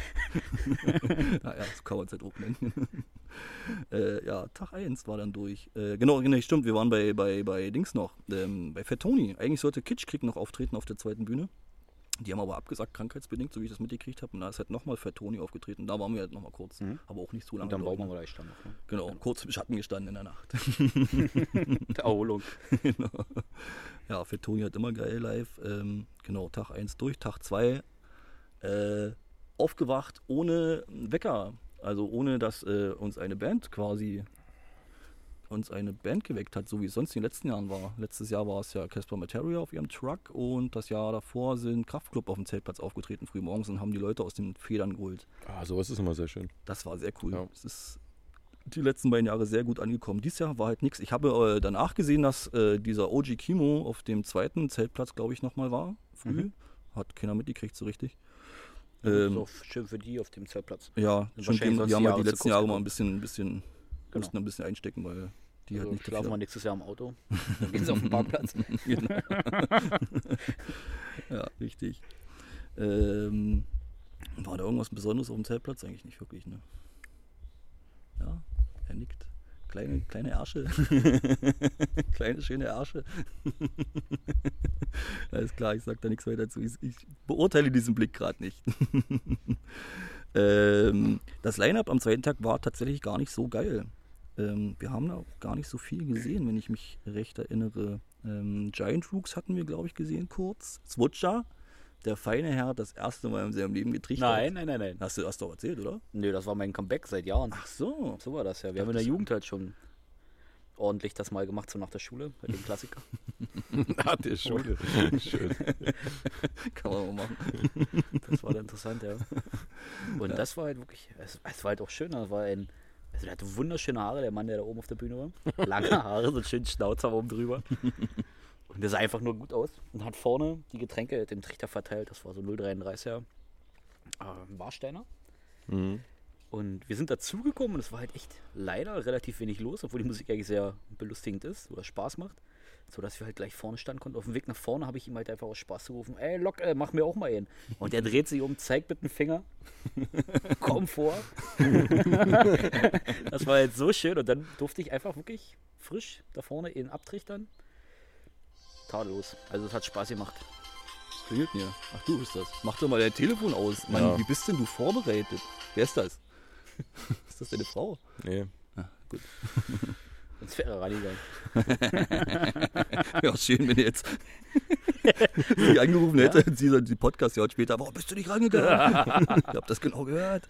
Ja, ja, so kann man es halt auch nennen. äh, ja, Tag eins war dann durch. Äh, genau, genau, stimmt, wir waren bei, bei, bei Dings noch, ähm, bei Fat Tony. Eigentlich sollte Kitschkrieg noch auftreten auf der zweiten Bühne. Die haben aber abgesagt, krankheitsbedingt, so wie ich das mitgekriegt habe. Und da ist halt nochmal Fat Tony aufgetreten. Da waren wir halt nochmal kurz, Mhm. aber auch nicht so lange. Und dann glaub brauchen ich. wir gleich stand noch. Ne? Genau, kurz im Schatten gestanden in der Nacht. Der Erholung. Genau. Ja, Fat Tony hat immer geil live. Ähm, genau, Tag eins durch, Tag zwei äh, aufgewacht ohne Wecker. Also ohne, dass äh, uns eine Band quasi uns eine Band geweckt hat, so wie es sonst in den letzten Jahren war. Letztes Jahr war es ja Casper Materia auf ihrem Truck und das Jahr davor sind Kraftklub auf dem Zeltplatz aufgetreten, früh morgens, und haben die Leute aus den Federn geholt. Ah, sowas ist immer sehr schön. Das war sehr cool. Ja. Es ist die letzten beiden Jahre sehr gut angekommen. Dieses Jahr war halt nichts. Ich habe äh, danach gesehen, dass äh, dieser O G Kimo auf dem zweiten Zeltplatz, glaube ich, nochmal war. Früh. Mhm. Hat keiner mitgekriegt so richtig. Ähm, Ähm, so schön für die auf dem Zeltplatz. ja, Sind schon wahrscheinlich die, sonst die haben die halt die Jahre zu letzten kurz Jahre mal gekommen. ein bisschen, ein bisschen Genau. mussten ein bisschen einstecken, weil die Also halt nicht schlafen wir dafür- nächstes Jahr im Auto. Dann gehen sie auf den Parkplatz. Genau. Ja, richtig. Ähm, war da irgendwas Besonderes auf dem Zeltplatz? Eigentlich nicht wirklich, ne? Ja, er nickt. Kleine, kleine Ärsche. Kleine, schöne Ärsche. Alles klar, ich sag da nichts weiter dazu. Ich, ich beurteile diesen Blick gerade nicht. ähm, das Line-Up am zweiten Tag war tatsächlich gar nicht so geil. Ähm, wir haben da auch gar nicht so viel gesehen, wenn ich mich recht erinnere. Ähm, Giant Rooks hatten wir, glaube ich, gesehen kurz. Switcher, der feine Herr, hat das erste Mal in seinem Leben getrichtert. Nein, nein, nein, nein. Hast du das doch erzählt, oder? Nö, das war mein Comeback seit Jahren. Ach so. So war das ja. Wir haben in der Jugend halt schon ordentlich das mal gemacht, so nach der Schule, bei dem Klassiker. Nach der Schule. Schön. Kann man mal machen. Das war dann interessant, ja. Und das war halt wirklich, es, es war halt auch schön. Das war ein, also der hatte wunderschöne Haare, der Mann, der da oben auf der Bühne war. Lange Haare, so einen schönen Schnauzer oben drüber. Und der sah einfach nur gut aus und hat vorne die Getränke dem Trichter verteilt. Das war so null Komma dreiunddreißiger äh, Warsteiner. Mhm. Und wir sind dazugekommen und es war halt echt leider relativ wenig los, obwohl die Musik eigentlich sehr belustigend ist oder Spaß macht. So dass wir halt gleich vorne standen konnten. Auf dem Weg nach vorne habe ich ihm halt einfach aus Spaß gerufen: Ey, Lok, äh, mach mir auch mal einen. Und der dreht sich um, zeigt mit dem Finger. Komm vor. Das war halt so schön. Und dann durfte ich einfach wirklich frisch da vorne ihn abtrichtern. Tadellos. Also es hat Spaß gemacht. Klingelt mir. Ach, du bist das. Mach doch mal dein Telefon aus. Mann, Ja. wie bist denn du vorbereitet? Wer ist das? Ist das deine Frau? Nee. Ah, gut. Sonst wäre er rangegangen. Ja, schön, wenn ihr jetzt sie angerufen hätte und sie so die Podcast ja später, warum bist du nicht rangegangen? Ich hab das genau gehört.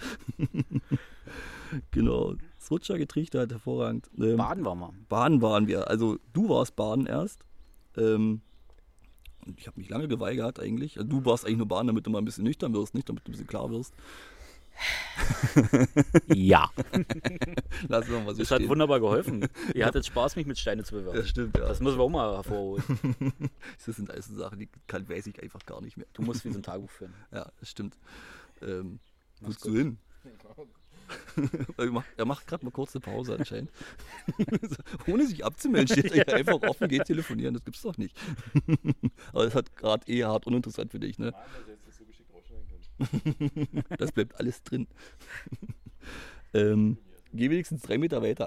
Genau. Switcher getrichtert, hervorragend. Ähm, Baden war mal. Baden waren wir. Also du warst Baden erst. Ähm, und ich habe mich lange geweigert eigentlich. Also, du warst eigentlich nur Baden, damit du mal ein bisschen nüchtern wirst, nicht damit du ein bisschen klar wirst. Ja. Lassen wir mal so Das hat stehen. wunderbar geholfen. Ihr hattet Spaß, mich mit Steine zu bewerfen. Das stimmt, ja. Das müssen wir auch mal hervorholen. Das sind alles so Sachen, die kann, weiß ich einfach gar nicht mehr. Du musst wie so ein Tagebuch führen. Ja, das stimmt. Ähm, wo Mach's bist du hin? er macht, er macht gerade mal kurz eine Pause anscheinend. Ohne sich abzumelden, steht er hier einfach offen, geht telefonieren, das gibt's doch nicht. Aber das hat gerade eh hart uninteressant für dich, ne? Das bleibt alles drin. ähm, geh wenigstens drei Meter weiter.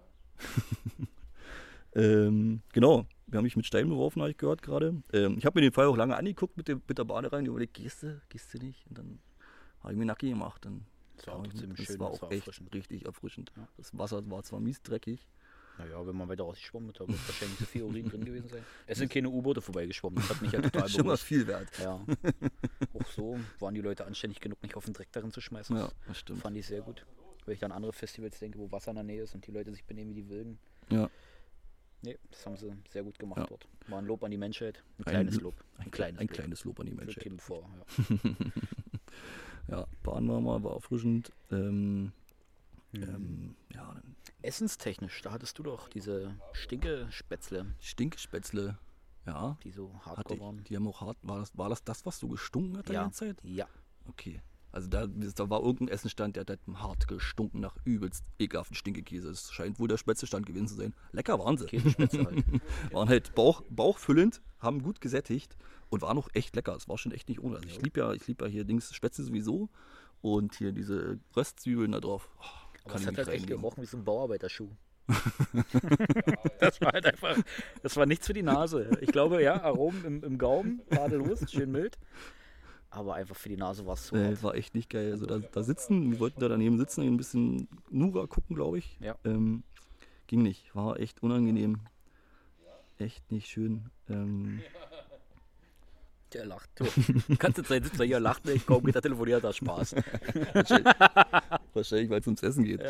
ähm, genau, wir haben mich mit Steinen beworfen, habe ich gehört gerade. Ähm, ich habe mir den Fall auch lange angeguckt mit, dem, mit der Bade rein, überlegt, gehst du, gehst du nicht? Und dann habe ich mir nackig gemacht. Dann Das war auch das ziemlich das schön, war das auch war echt erfrischend. richtig erfrischend. Ja. Das Wasser war zwar mies dreckig. Naja, wenn man weiter rausgeschwommen ist, da wird wahrscheinlich so viel Urin drin gewesen sein. Es sind keine U-Boote vorbeigeschwommen, das hat mich ja total Schon mal beruhigt. viel wert. Ja. Auch so waren die Leute anständig genug, nicht auf den Dreck darin zu schmeißen. Ja, Das das stimmt. fand ich sehr gut. Wenn ich dann an andere Festivals denke, wo Wasser in der Nähe ist und die Leute sich benehmen wie die Wilden. Ja. Nee, das haben sie sehr gut gemacht Ja. dort. War ein Lob an die Menschheit. Ein Ein kleines Lo- Lob. Ein, kleines ein Lob. kleines Lob an die Für Menschheit. Kim vor, ja. Ja, Bahn war mal, war erfrischend. Ähm, Mhm. ähm, ja, dann Essenstechnisch, da hattest du doch diese Stinkespätzle, Stinkspätzle. Ja, die so hatte hardcore ich. waren. Die haben auch hart. War das, war das das, was so gestunken hat die Ja. ganze Zeit? Ja, Okay. Also da, da war irgendein Essenstand, der hat hart gestunken nach übelst ekelhaften Stinkekäse. Es scheint wohl der Spätzlestand gewesen zu sein. Lecker waren sie. Käsespätzle halt. Waren halt Bauch, bauchfüllend, haben gut gesättigt und waren auch echt lecker. Es war schon echt nicht ohne. Also ich liebe ja, ich lieb ja hier Dings Spätzle sowieso und hier diese Röstzwiebeln da drauf. Oh, Aber kann es ich hat nicht halt echt reinlegen. gerochen wie so ein Bauarbeiterschuh. Das war halt einfach, das war nichts für die Nase. Ich glaube, ja, Aromen im, im Gaumen, tadellos, schön mild. Aber einfach für die Nase war es so. Äh, hart. war echt nicht geil. Also da, da sitzen, wir wollten da daneben sitzen, ein bisschen Nura gucken, glaube ich. Ja. Ähm, ging nicht. War echt unangenehm. Echt nicht schön. Ähm, Der lacht. Du, die ganze Zeit sitzt er hier, lacht nicht, kaum geht er telefoniert, hat Spaß. wahrscheinlich, weil es ums Essen geht. Ja.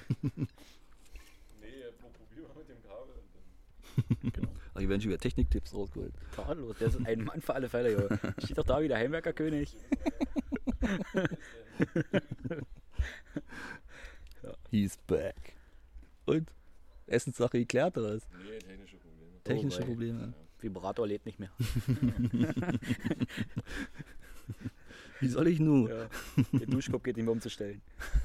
Aber hier werden schon wieder Techniktipps rausgeholt. Tadellos, der ist ein Mann für alle Fälle, jo. Steht doch da wie der Heimwerkerkönig. He's back. Und? Essenssache geklärt oder was? Nee, technische Probleme. Technische wei. Probleme. Vibrator lädt nicht mehr. Wie soll ich nun? Ja. Der Duschkopf geht nicht mehr umzustellen.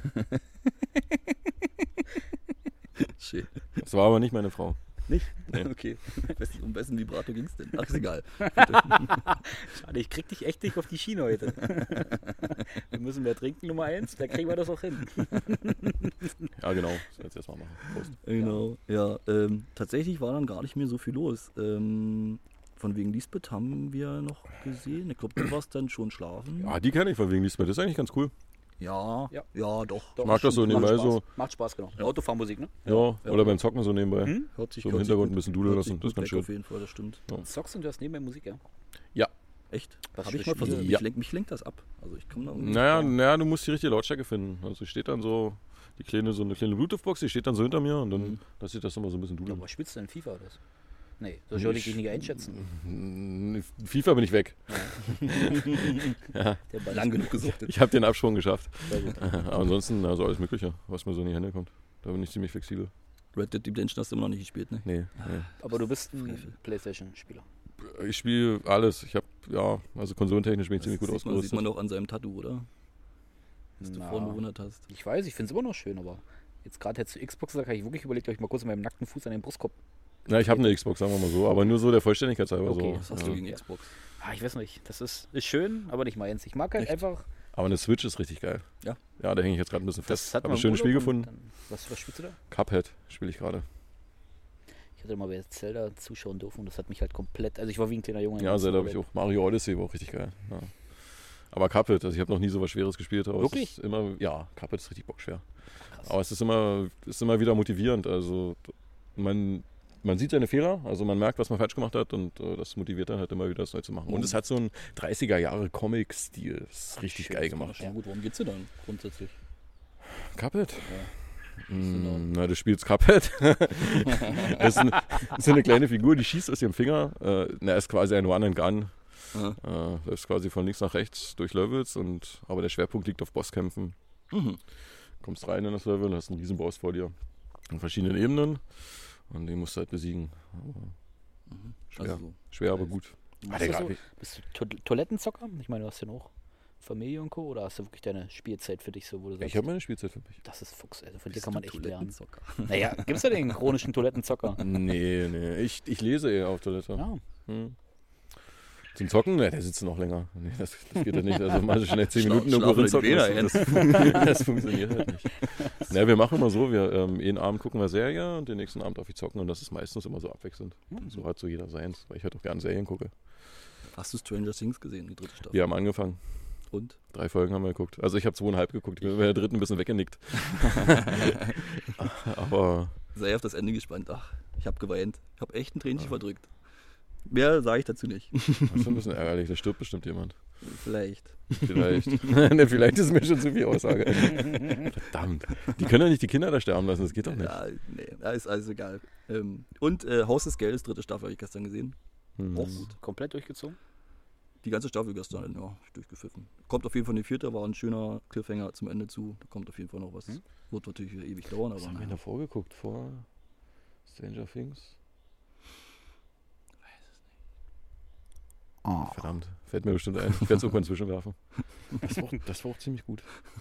Schön. Das war aber nicht meine Frau. Nicht? Nee. Okay. Ich weiß nicht, um wessen Vibrator ging es denn? Ach, ist egal. Schade, ich krieg dich echt nicht auf die Schiene heute. Wir müssen mehr trinken, Nummer eins, da kriegen wir das auch hin. Ja, genau. Das jetzt erstmal machen. Prost. Genau. Ja, ähm, tatsächlich war dann gar nicht mehr so viel los. Ähm, von wegen Lisbeth haben wir noch gesehen. Ich glaube, du warst dann schon schlafen. Ja, die kenne ich von wegen Lisbeth. Das ist eigentlich ganz cool. Ja, Ja. ja, doch. Ich mag das so Macht nebenbei Spaß. so. Macht Spaß, genau. Autofahrmusik, ne? Ja, Ja. oder beim Zocken so nebenbei. Hm? Hört sich, So im hört sich Hintergrund gut- ein bisschen dudeln hört lassen, sich das ist gut ganz weg schön. Auf jeden Fall, das stimmt. Ja. Zockst und du hast nebenbei Musik, ja? Ja. Echt? Was Habe ich für mal versucht. Spiele? Mich, Ja. lenkt, mich lenkt das ab. Also ich komme da irgendwie Naja, nicht naja, du musst die richtige Lautstärke finden. Also steht dann so, die kleine, so eine kleine Bluetooth-Box, die steht dann so hinter mir und dann Mhm. lass ich das immer so ein bisschen Ja, dudeln. aber spielst du denn FIFA oder was? Nee, so soll ich dich nicht einschätzen. Mm, FIFA bin ich weg. Der Ball lang genug gesuchtet. Ich habe den Absprung geschafft. Sehr gut. Aber ansonsten, also alles Mögliche, was mir so in die Hände kommt. Da bin ich ziemlich flexibel. Red Dead Redemption hast du immer noch nicht gespielt, ne? Nee, nee. Aber du bist ein Frevel. Playstation-Spieler. Ich spiele alles. Ich habe, ja, also konsolentechnisch bin ich ziemlich Das gut sieht man, sieht ausgerüstet. man auch an seinem Tattoo, oder? Das du Na, vorhin bewundert hast. Ich weiß, ich finde es immer noch schön, aber jetzt gerade hättest du Xbox gesagt, habe ich wirklich überlegt, ob ich mal kurz mit meinem nackten Fuß an den Brustkorb. Na, ich habe eine Xbox, sagen wir mal so, aber nur so der Vollständigkeit halber Okay, so. Was hast ja. du gegen Xbox? Ah, ich weiß nicht, das ist, ist schön, aber nicht meins. Ich mag halt Echt? einfach. Aber eine Switch ist richtig geil. Ja? Ja, da hänge ich jetzt gerade ein bisschen Das fest. hat Habe man ein im schönes Spiel Urlaub und gefunden. Dann, was, was spielst du da? Cuphead spiele ich gerade. Ich hatte mal bei Zelda zuschauen dürfen und das hat mich halt komplett. Also ich war wie ein kleiner Junge. Ja, Zelda habe ich auch. Mario Odyssey war auch richtig geil. Ja. Aber Cuphead, also ich habe noch nie so was Schweres gespielt. Aber Wirklich? Es ist immer, ja, Cuphead ist richtig bockschwer. Krass. Aber es ist immer, ist immer wieder motivierend. Also man, man sieht seine Fehler, also man merkt, was man falsch gemacht hat und äh, das motiviert dann halt immer wieder, das neu zu machen. Und Mhm. es hat so einen dreißiger Jahre Comic-Stil. Das ist richtig Schön, geil das kann man gemacht. Ja gut, worum geht's dir dann grundsätzlich? Cuphead? Ja. Mm, na, du spielst Cuphead. Das ist, ein, das ist eine kleine Figur, die schießt aus ihrem Finger. Äh, na, ist quasi ein One-and-Gun. Ja. Äh, läuft quasi von links nach rechts durch Levels, und, aber der Schwerpunkt liegt auf Bosskämpfen. Mhm. Kommst rein in das Level und hast einen riesen Boss vor dir. In verschiedenen Ebenen. Und den musst du halt besiegen. Aber schwer, Also so. schwer, aber gut. Machst der du so, grad- bist du To- Toilettenzocker? Ich meine, du hast ja noch Familie und Co. Oder hast du wirklich deine Spielzeit für dich so, wo du sagst, Ich habe meine Spielzeit für mich. das ist Fuchs, also von dir Bist kann man du echt lernen. Toilettenzocker? Naja, gibt's da den chronischen Toilettenzocker? Nee, nee. Ich, ich lese eher auf Toilette. Ja. Hm. Zum Zocken? Ne, der sitzt noch länger. Nee, das, das geht ja nicht. Also mal so schnell zehn Schla- Minuten irgendwo schlafen zocken. die Das, das, das funktioniert halt nicht. Na, wir machen immer so, wir ähm, jeden Abend gucken wir Serie und den nächsten Abend darf ich zocken und das ist meistens immer so abwechselnd. So hat so jeder seins, weil ich halt auch gerne Serien gucke. Hast du Stranger Things gesehen, die dritte Staffel? Wir haben angefangen. Und? Drei Folgen haben wir geguckt. Also ich habe zweieinhalb geguckt. Ich bin bei der dritten ein bisschen weggenickt. Aber Sei auf das Ende gespannt. Ach, ich habe geweint. Ich habe echt ein Tränchen verdrückt. Mehr sage ich dazu nicht. das ist schon ein bisschen ärgerlich. Da stirbt bestimmt jemand. Vielleicht. Vielleicht. Ne, vielleicht ist mir schon zu viel Aussage. Verdammt. Die können ja nicht die Kinder da sterben lassen. Das geht doch nicht. Ja, nee, da ist alles egal. Ähm, und äh, Haus des Geldes, dritte Staffel, habe ich gestern gesehen. Hm. Auch gut. Komplett durchgezogen? Die ganze Staffel gestern, ja, durchgepfiffen. Kommt auf jeden Fall eine vierte, war ein schöner Cliffhanger zum Ende zu. Da kommt auf jeden Fall noch was. Hm? Wird natürlich wieder ewig dauern, Was aber haben wir denn naja. davor geguckt? Vor Stranger Things? Oh. Verdammt. Fällt mir bestimmt ein. Ich werde es irgendwann zwischenwerfen. Das war, auch, das war auch ziemlich gut.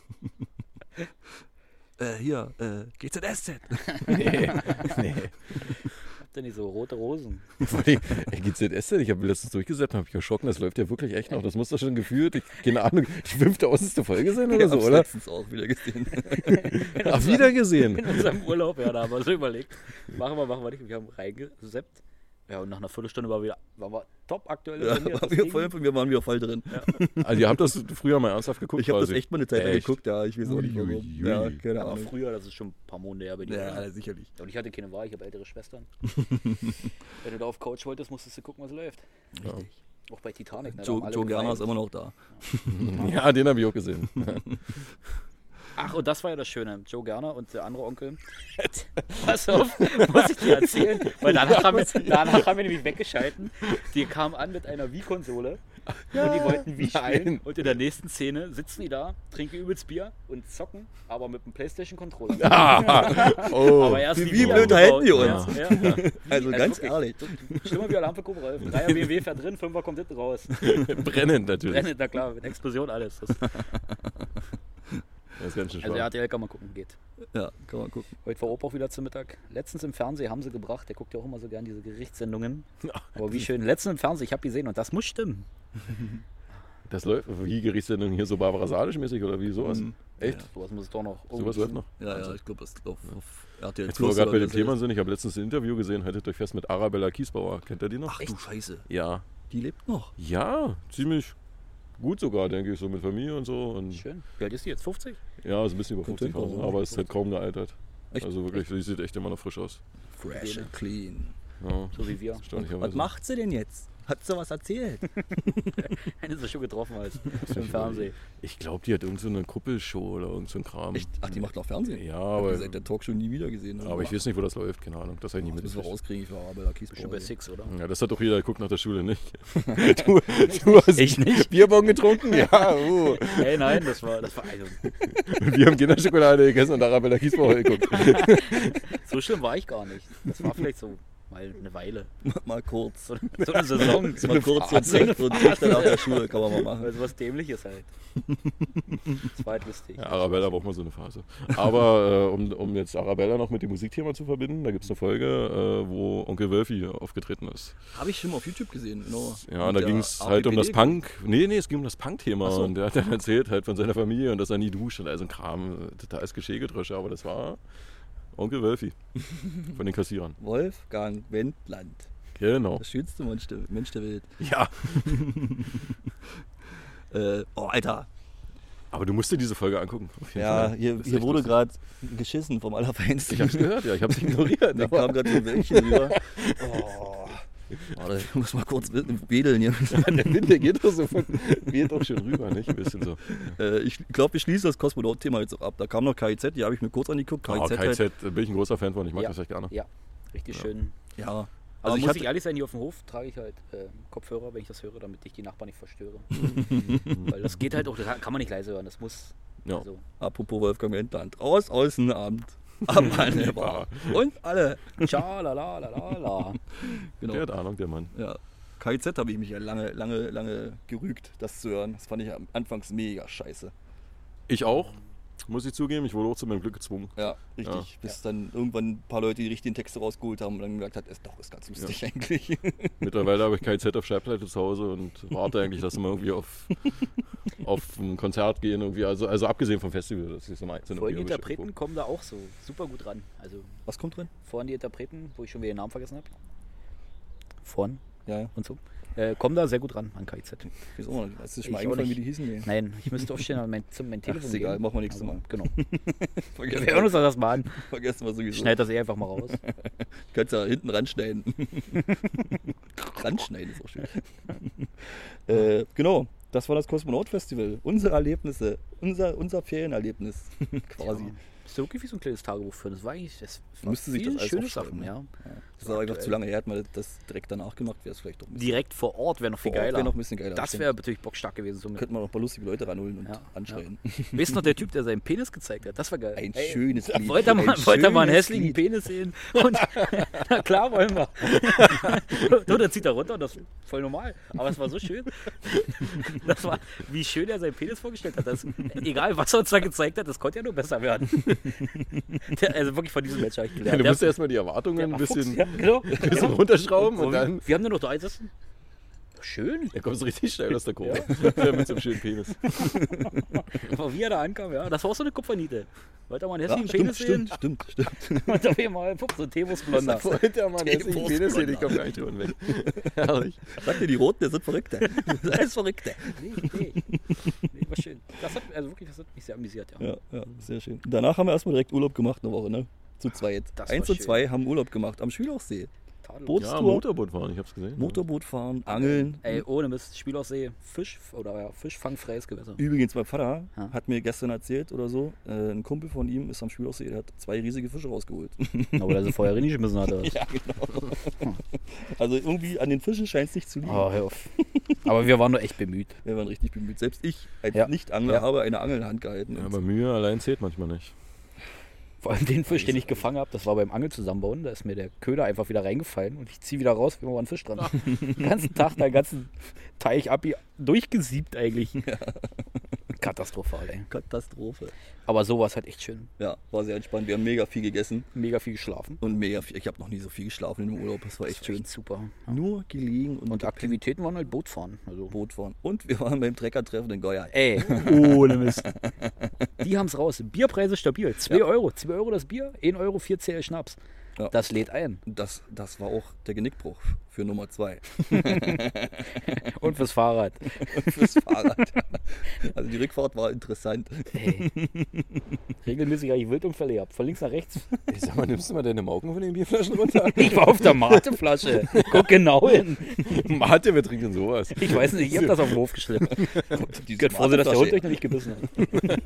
Äh, hier, äh, G Z S Z. Nee. nee. Habt ihr nicht so rote Rosen? Vor allem, ey, G Z S, ich habe letztens durchgesetzt und habe mich erschrocken, das läuft ja wirklich echt noch. Das muss doch schon gefühlt, ich, keine Ahnung, die fünftausendste Folge sein oder Ich so, hab's oder? letztens auch wieder gesehen. Ach, wieder gesehen. In unserem Urlaub, ja, da haben wir so überlegt. Machen wir, machen wir nicht. Wir haben reingeseppt. Ja, und nach einer Viertelstunde war wieder, waren wir top aktuell. Ja, informiert, waren das wir, Ding. voll, wir waren wieder voll drin. Also ihr habt das früher mal ernsthaft geguckt? Ich habe das quasi? echt mal eine Zeit lang Echt? geguckt, ja, ich weiß auch nicht warum. Ui, Ja, ui. keine Aber Ahnung. früher, das ist schon ein paar Monate her bei dir. Ja, sicherlich. Und ich hatte keine Wahl, ich habe ältere Schwestern. Wenn du da auf Couch wolltest, musstest du gucken, was läuft. Richtig. Auch bei Titanic. Ne? Da Joe, haben alle Joe Gerner ist geweint. immer noch da. Ja, den habe ich auch gesehen. Ach, und das war ja das Schöne. Joe Gerner und der andere Onkel. Pass auf, muss ich dir erzählen. Weil danach haben wir, danach haben wir nämlich weggeschalten. Die kamen an mit einer Wii-Konsole. und die wollten Wii spielen. Nein. Und in der nächsten Szene sitzen die da, trinken übelst Bier und zocken, aber mit einem Playstation-Controller. Ah, oh. Aber erst Wie- die wie Wii blöd angebaut. halten die Ja, uns? ja. Also ganz wirklich, ehrlich. Schlimmer wie Alarm für Cobra elf. Dreier B M W fährt drin, Fünfer kommt hinten raus. Brennend natürlich. Brennend, na klar, mit Explosion alles. Das, Das ist ganz schön also schwach. R T L kann man gucken, geht. Ja, kann man gucken. Heute war Opa auch wieder zu Mittag. Letztens im Fernsehen haben sie gebracht, der guckt ja auch immer so gern diese Gerichtssendungen. Aber wie schön, letztens im Fernsehen, ich habe gesehen und das muss stimmen. Das läuft, wie Gerichtssendung hier so Barbara Salisch-mäßig oder wie sowas? Mhm. Echt? Sowas muss es doch noch. Sowas läuft noch? Ja, ja, ich glaube, das auf, auf R T L Jetzt, wo wir Plus gerade bei oder dem wie das Thema heißt. sind, ich habe letztens ein Interview gesehen, haltet euch fest, mit Arabella Kiesbauer. Kennt ihr die noch? Ach du Scheiße, Ja. die lebt noch. Ja, ziemlich gut sogar, denke ich, so mit Familie und so. Und Schön. Wie alt ist die jetzt? fünfzig? ja, ist ein bisschen über Könnte fünfzig, also, hinkommen, aber ja. ist halt kaum gealtert. Echt? Also wirklich, sie sieht echt immer noch frisch aus. Fresh and clean. Ja, So wie wir. erstaunlicherweise. Was macht sie denn jetzt? Hat sie was erzählt? Eine ist ja schon getroffen als im Fernsehen. Ich glaube, die hat irgend so eine Kuppelshow oder irgend so ein Kram. Echt? Ach, die macht noch Fernsehen? Ja, Ich hab aber, die seit der Talkshow nie wieder gesehen. aber ich weiß nicht, wo das läuft, keine Ahnung. Das habe ich nicht Das müssen wir mitgekriegt. rauskriegen, ich war Arabella Schon Kiesbauer. bei Six, oder? Ja, das hat doch jeder geguckt nach der Schule, nicht? Du, du hast Ich nicht. Bierbong getrunken? Ja, uh. Hey, nein, das war, das war also, Wir haben Kinderschokolade gegessen und Arabella Kiesbauer geguckt. so schlimm war ich gar nicht. Das war vielleicht so mal eine Weile. Mal kurz. So, so eine Saison. Mal kurz so ein Sekt und Tisch nach der Schule kann man mal machen. Also was Dämliches halt. Das war halt lustig. Ja, Arabella braucht mal so eine Phase. Aber äh, um, um jetzt Arabella noch mit dem Musikthema zu verbinden, da gibt es eine Folge, äh, wo Onkel Wölfi aufgetreten ist. Habe ich schon mal auf YouTube gesehen, genau. Ja, und Mit da der ging es halt um das A P P D. Punk. Nee, nee, es ging um das Punk-Thema. Ach so. Und der hat dann erzählt halt von seiner Familie und dass er nie duscht und all so ein Kram. Totales Geschehgetrösche, aber das war Onkel Wölfi von den Kassierern. Wolfgang Wendland. Genau. Das schönste Mensch der, Mensch der Welt. Ja. Äh, oh, Alter. Aber du musst dir diese Folge angucken. Auf jeden Ja, Fall. hier, Das ist hier echt wurde lustig. gerade geschissen vom Allerfeinsten. Ich hab's gehört, ja. Ich hab's ignoriert. Da aber- kam gerade so ein Wölkchen rüber. Oh. Warte, ich muss mal kurz wedeln hier. Der Wind, der geht doch so von, weht doch schon rüber, nicht? Ein bisschen so. Äh, ich glaube, wir schließen das Kosmonaut-Thema jetzt auch ab. Da kam noch K I Z, die habe ich mir kurz angeguckt. Oh, K I Z, K I halt, Z, da bin ich ein großer Fan von, ich mag Ja. das echt gerne. Ja, richtig Ja. schön. ja. Also Also ich muss hatte, ich ehrlich sein, hier auf dem Hof trage ich halt äh, Kopfhörer, wenn ich das höre, damit ich die Nachbarn nicht verstöre. Weil das geht halt auch, das kann man nicht leise hören. Das muss Ja. Also, Apropos Wolfgang Wendland. Raus aus dem Abend. Am Bar. Und alle. tja, la la la la la. Genau. Der hat Ahnung, der Mann. Ja. K I Z habe ich mich ja lange, lange, lange gerügt, das zu hören. Das fand ich am anfangs mega scheiße. Ich auch, muss ich zugeben. Ich wurde auch zu meinem Glück gezwungen. Ja, richtig. Ja. Bis dann irgendwann ein paar Leute die richtigen Texte rausgeholt haben und dann gemerkt hat, es doch, ist ganz lustig Ja. eigentlich. Mittlerweile habe ich K Z auf Schallplatte zu Hause und warte eigentlich, dass wir irgendwie auf, auf ein Konzert gehen. Irgendwie. Also, also abgesehen vom Festival. Das ist so eine, so eine Vor allem die biologische Interpreten Info. kommen da auch so super gut ran. Also Was kommt drin? vorhin die Interpreten, wo ich schon wieder den Namen vergessen habe. Vorhin Ja, ja. und so. Äh, kommen da sehr gut ran an K I Z. Ich weiß auch nicht. Ist dir schon mal Ich auch eingefallen, wie nicht. die hießen? Nee. Nein, ich müsste aufstehen und mein, zum mein Telefon ist egal, gehen. machen wir nächstes Aber, Mal. Genau. Vergessen Wir hören uns das mal an. Vergessen wir sowieso. Schneid das eh einfach mal raus. Kannst ja hinten ranschneiden. Ranschneiden ist auch schön. äh, genau, das war das Kosmonaut-Festival. Unsere Erlebnisse, unser, unser Ferienerlebnis quasi. Ja. Ist ja wirklich wie so ein kleines Tagebuch führen. Das war eigentlich, das war Müsste sich viel das alles schöne aufschreiben, Sachen, ne? ja. Ja. Das war einfach zu lange her, hätten wir das direkt danach gemacht, wäre es vielleicht doch ein bisschen. Direkt vor Ort wäre noch viel Vor Ort geiler. wäre noch ein bisschen geiler. das stimmt. wäre natürlich bockstark gewesen. So mit. Könnten wir noch ein paar lustige Leute ranholen und Ja, anschreien. Weißt du noch, der Typ, der seinen Penis gezeigt hat? Das war geil. Ein Ey, schönes Lied. Wollt ihr mal, ein wollt ihr mal einen schönes hässlichen Lied. Penis sehen? Und, na klar wollen wir. Du, der zieht da runter und das ist voll normal. Aber es war so schön. Das war, wie schön er seinen Penis vorgestellt hat. Das, egal, was er uns da gezeigt hat, das konnte ja nur besser werden. Der, also wirklich von diesem Mensch habe ich Ja, gelernt. du Der- musst erstmal die Erwartungen der ein war bisschen, Fuchs, ja, genau. bisschen runterschrauben und dann Wir haben nur noch da eins. Schön. da kommst du richtig schnell aus der Kurve. Ja. Mit so einem schönen Penis. Aber wie er da ankam, ja, das war auch so eine Kupferniete. Wollt ihr mal einen Ja, hässlichen stimmt, Penis sehen? stimmt, stimmt, stimmt. Und auf einmal, pup, so ein Teewurstblonder. Wollte ja mal einen Den hässlichen Penis sehen, ich komme gar nicht drüber weg. Herrlich. Sag dir, die Roten, der sind Verrückte. Das ist alles Verrückte. Nee, nee. Nee, war schön. Das hat, also wirklich, das hat mich sehr amüsiert, ja. Ja, ja, sehr schön. Danach haben wir erstmal direkt Urlaub gemacht, eine Woche, ne? Zu zweit. Das Eins war und schön. zwei haben Urlaub gemacht am Schülauchsee. Tadellos. Boot- Ja, Bootstour. Motorboot fahren, ich hab's gesehen. Motorboot fahren, angeln. Ey, ohne Mist, Spielaussee, Fisch oder ja, fischfangfreies Gewässer. Übrigens, mein Vater Ja. hat mir gestern erzählt oder so, äh, ein Kumpel von ihm ist am Schülauchsee, der hat zwei riesige Fische rausgeholt. Aber der sie vorher reingeschmissen hat. oder? ja, genau. Also irgendwie an den Fischen scheint es nicht zu liegen. Oh, hör auf. Aber wir waren nur echt bemüht. Wir waren richtig bemüht. Selbst ich als Ja. Nicht-Angler Ja. habe eine Angel in der Hand gehalten. Ja, und aber Mühe allein zählt manchmal nicht. Vor allem den Fisch, den ich gefangen habe, das war beim Angeln zusammenbauen. Da ist mir der Köder einfach wieder reingefallen und ich ziehe wieder raus, wie war ein Fisch dran. Den ganzen Tag, den ganzen Teich ab, durchgesiebt eigentlich. Katastrophal, ey. Katastrophe. Aber so war es halt echt schön. Ja, war sehr entspannt. Wir haben mega viel gegessen Mega viel geschlafen. und mega viel. Ich habe noch nie so viel geschlafen in dem Urlaub. Das war echt Das war schön. super. Nur gelegen und, Und Aktivitäten waren halt Bootfahren. Also. Boot fahren. Und wir waren beim Trecker-Treffen in Goya. Ey, ohne Mist. Die haben es raus. Bierpreise stabil. zwei Euro. zwei Euro das Bier, ein Euro vier Zähl Schnaps. Ja. Das lädt ein. Das, das war auch der Genickbruch für Nummer zwei. Und fürs Fahrrad. Fürs Fahrrad. Also die Rückfahrt war interessant. Ey. Regelmäßig habe ich Wildunfälle gehabt. Von links nach rechts. Ich sag mal, nimmst du mal deine Mauken von den Bierflaschen runter? Ich war auf der Mateflasche. Guck genau hin. Mate, wer trinkt denn sowas? Ich weiß nicht, ich habe das auf den Hof geschleppt. Diese Gott, froh, dass der Hund Mateflasche- euch noch nicht gebissen hat.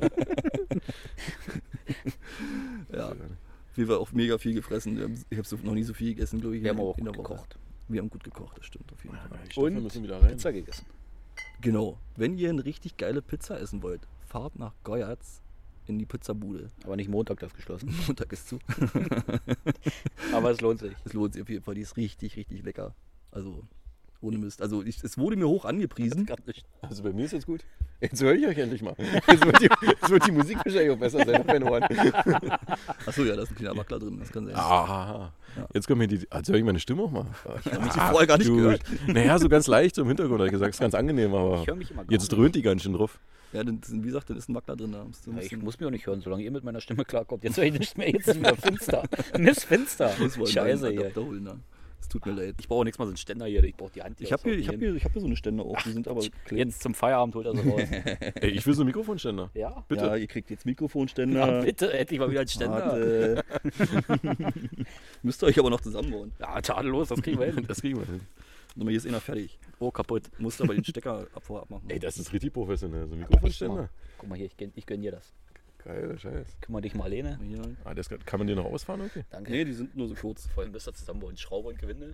Ja. Wir haben auch mega viel gefressen. Wir haben- Ich habe so, noch nie so viel gegessen, glaube ich. Wir in- haben aber auch in gut der Woche. gekocht. Wir haben gut gekocht, das stimmt auf jeden Fall. Und Und müssen wieder rein. Pizza gegessen. Genau. Wenn ihr eine richtig geile Pizza essen wollt, fahrt nach Goyatz in die Pizzabude. Aber nicht Montag, das ist geschlossen. Montag ist zu. Aber es lohnt sich. Es lohnt sich auf jeden Fall. Die ist richtig, richtig lecker. Also ohne Mist. Also ich, es wurde mir hoch angepriesen. Gar nicht. Also bei mir ist jetzt gut. Jetzt höre ich euch endlich mal. Jetzt wird die, jetzt wird die Musik wahrscheinlich auch besser sein auf meinen Ohren. Achso, ja, da ist ein kleiner Wackler drin. Das kann sein. Ah, jetzt kommt mir die. Jetzt höre ich meine Stimme auch mal. Ich habe mich vorher gar nicht Gut. gehört. Naja, so ganz leicht so im Hintergrund, habe ich gesagt. Ist ganz angenehm, aber Ich höre mich immer gar jetzt nicht. dröhnt die ganz schön drauf. Ja, dann, wie gesagt, dann ist ein Wackler drin. Da musst du ein Ja, ich bisschen- muss mich auch nicht hören, solange ihr mit meiner Stimme klarkommt. Jetzt höre ich nicht mehr, jetzt ist wieder finster. Miss Finster. muss wohl Scheiße einen hier. Adapter holen, ne? Es tut mir leid. Ich brauche nichts mal so einen Ständer hier, ich brauche die Hand hier. Ich habe hier, aus ich hab Armenien. hier, ich hab hier so eine Ständer auch, die sind aber klein. Jetzt zum Feierabend holt er sie raus. Ey, ich will so einen Mikrofonständer. Ja? Bitte. Ja, ihr kriegt jetzt Na, Mikrofonständer. bitte, endlich mal wieder einen Ständer. Warte. Müsst ihr euch aber noch zusammenbauen. Ja, tadellos, das kriegen wir hin. Das kriegen wir hin. Und hier ist einer fertig. Oh, kaputt. Musst aber den Stecker ab vorher abmachen. Ey, das ist richtig professionell. So ein Mikrofonständer. Guck mal hier, ich gönn, ich gönn dir das. Geiler Scheiß. Kümmer dich mal alleine. Hier. Ah, das kann, kann man den noch ausfahren, okay? Danke. Nee, die sind nur so kurz. Vor allem bist du zusammen bei uns Schrauber und Gewinde.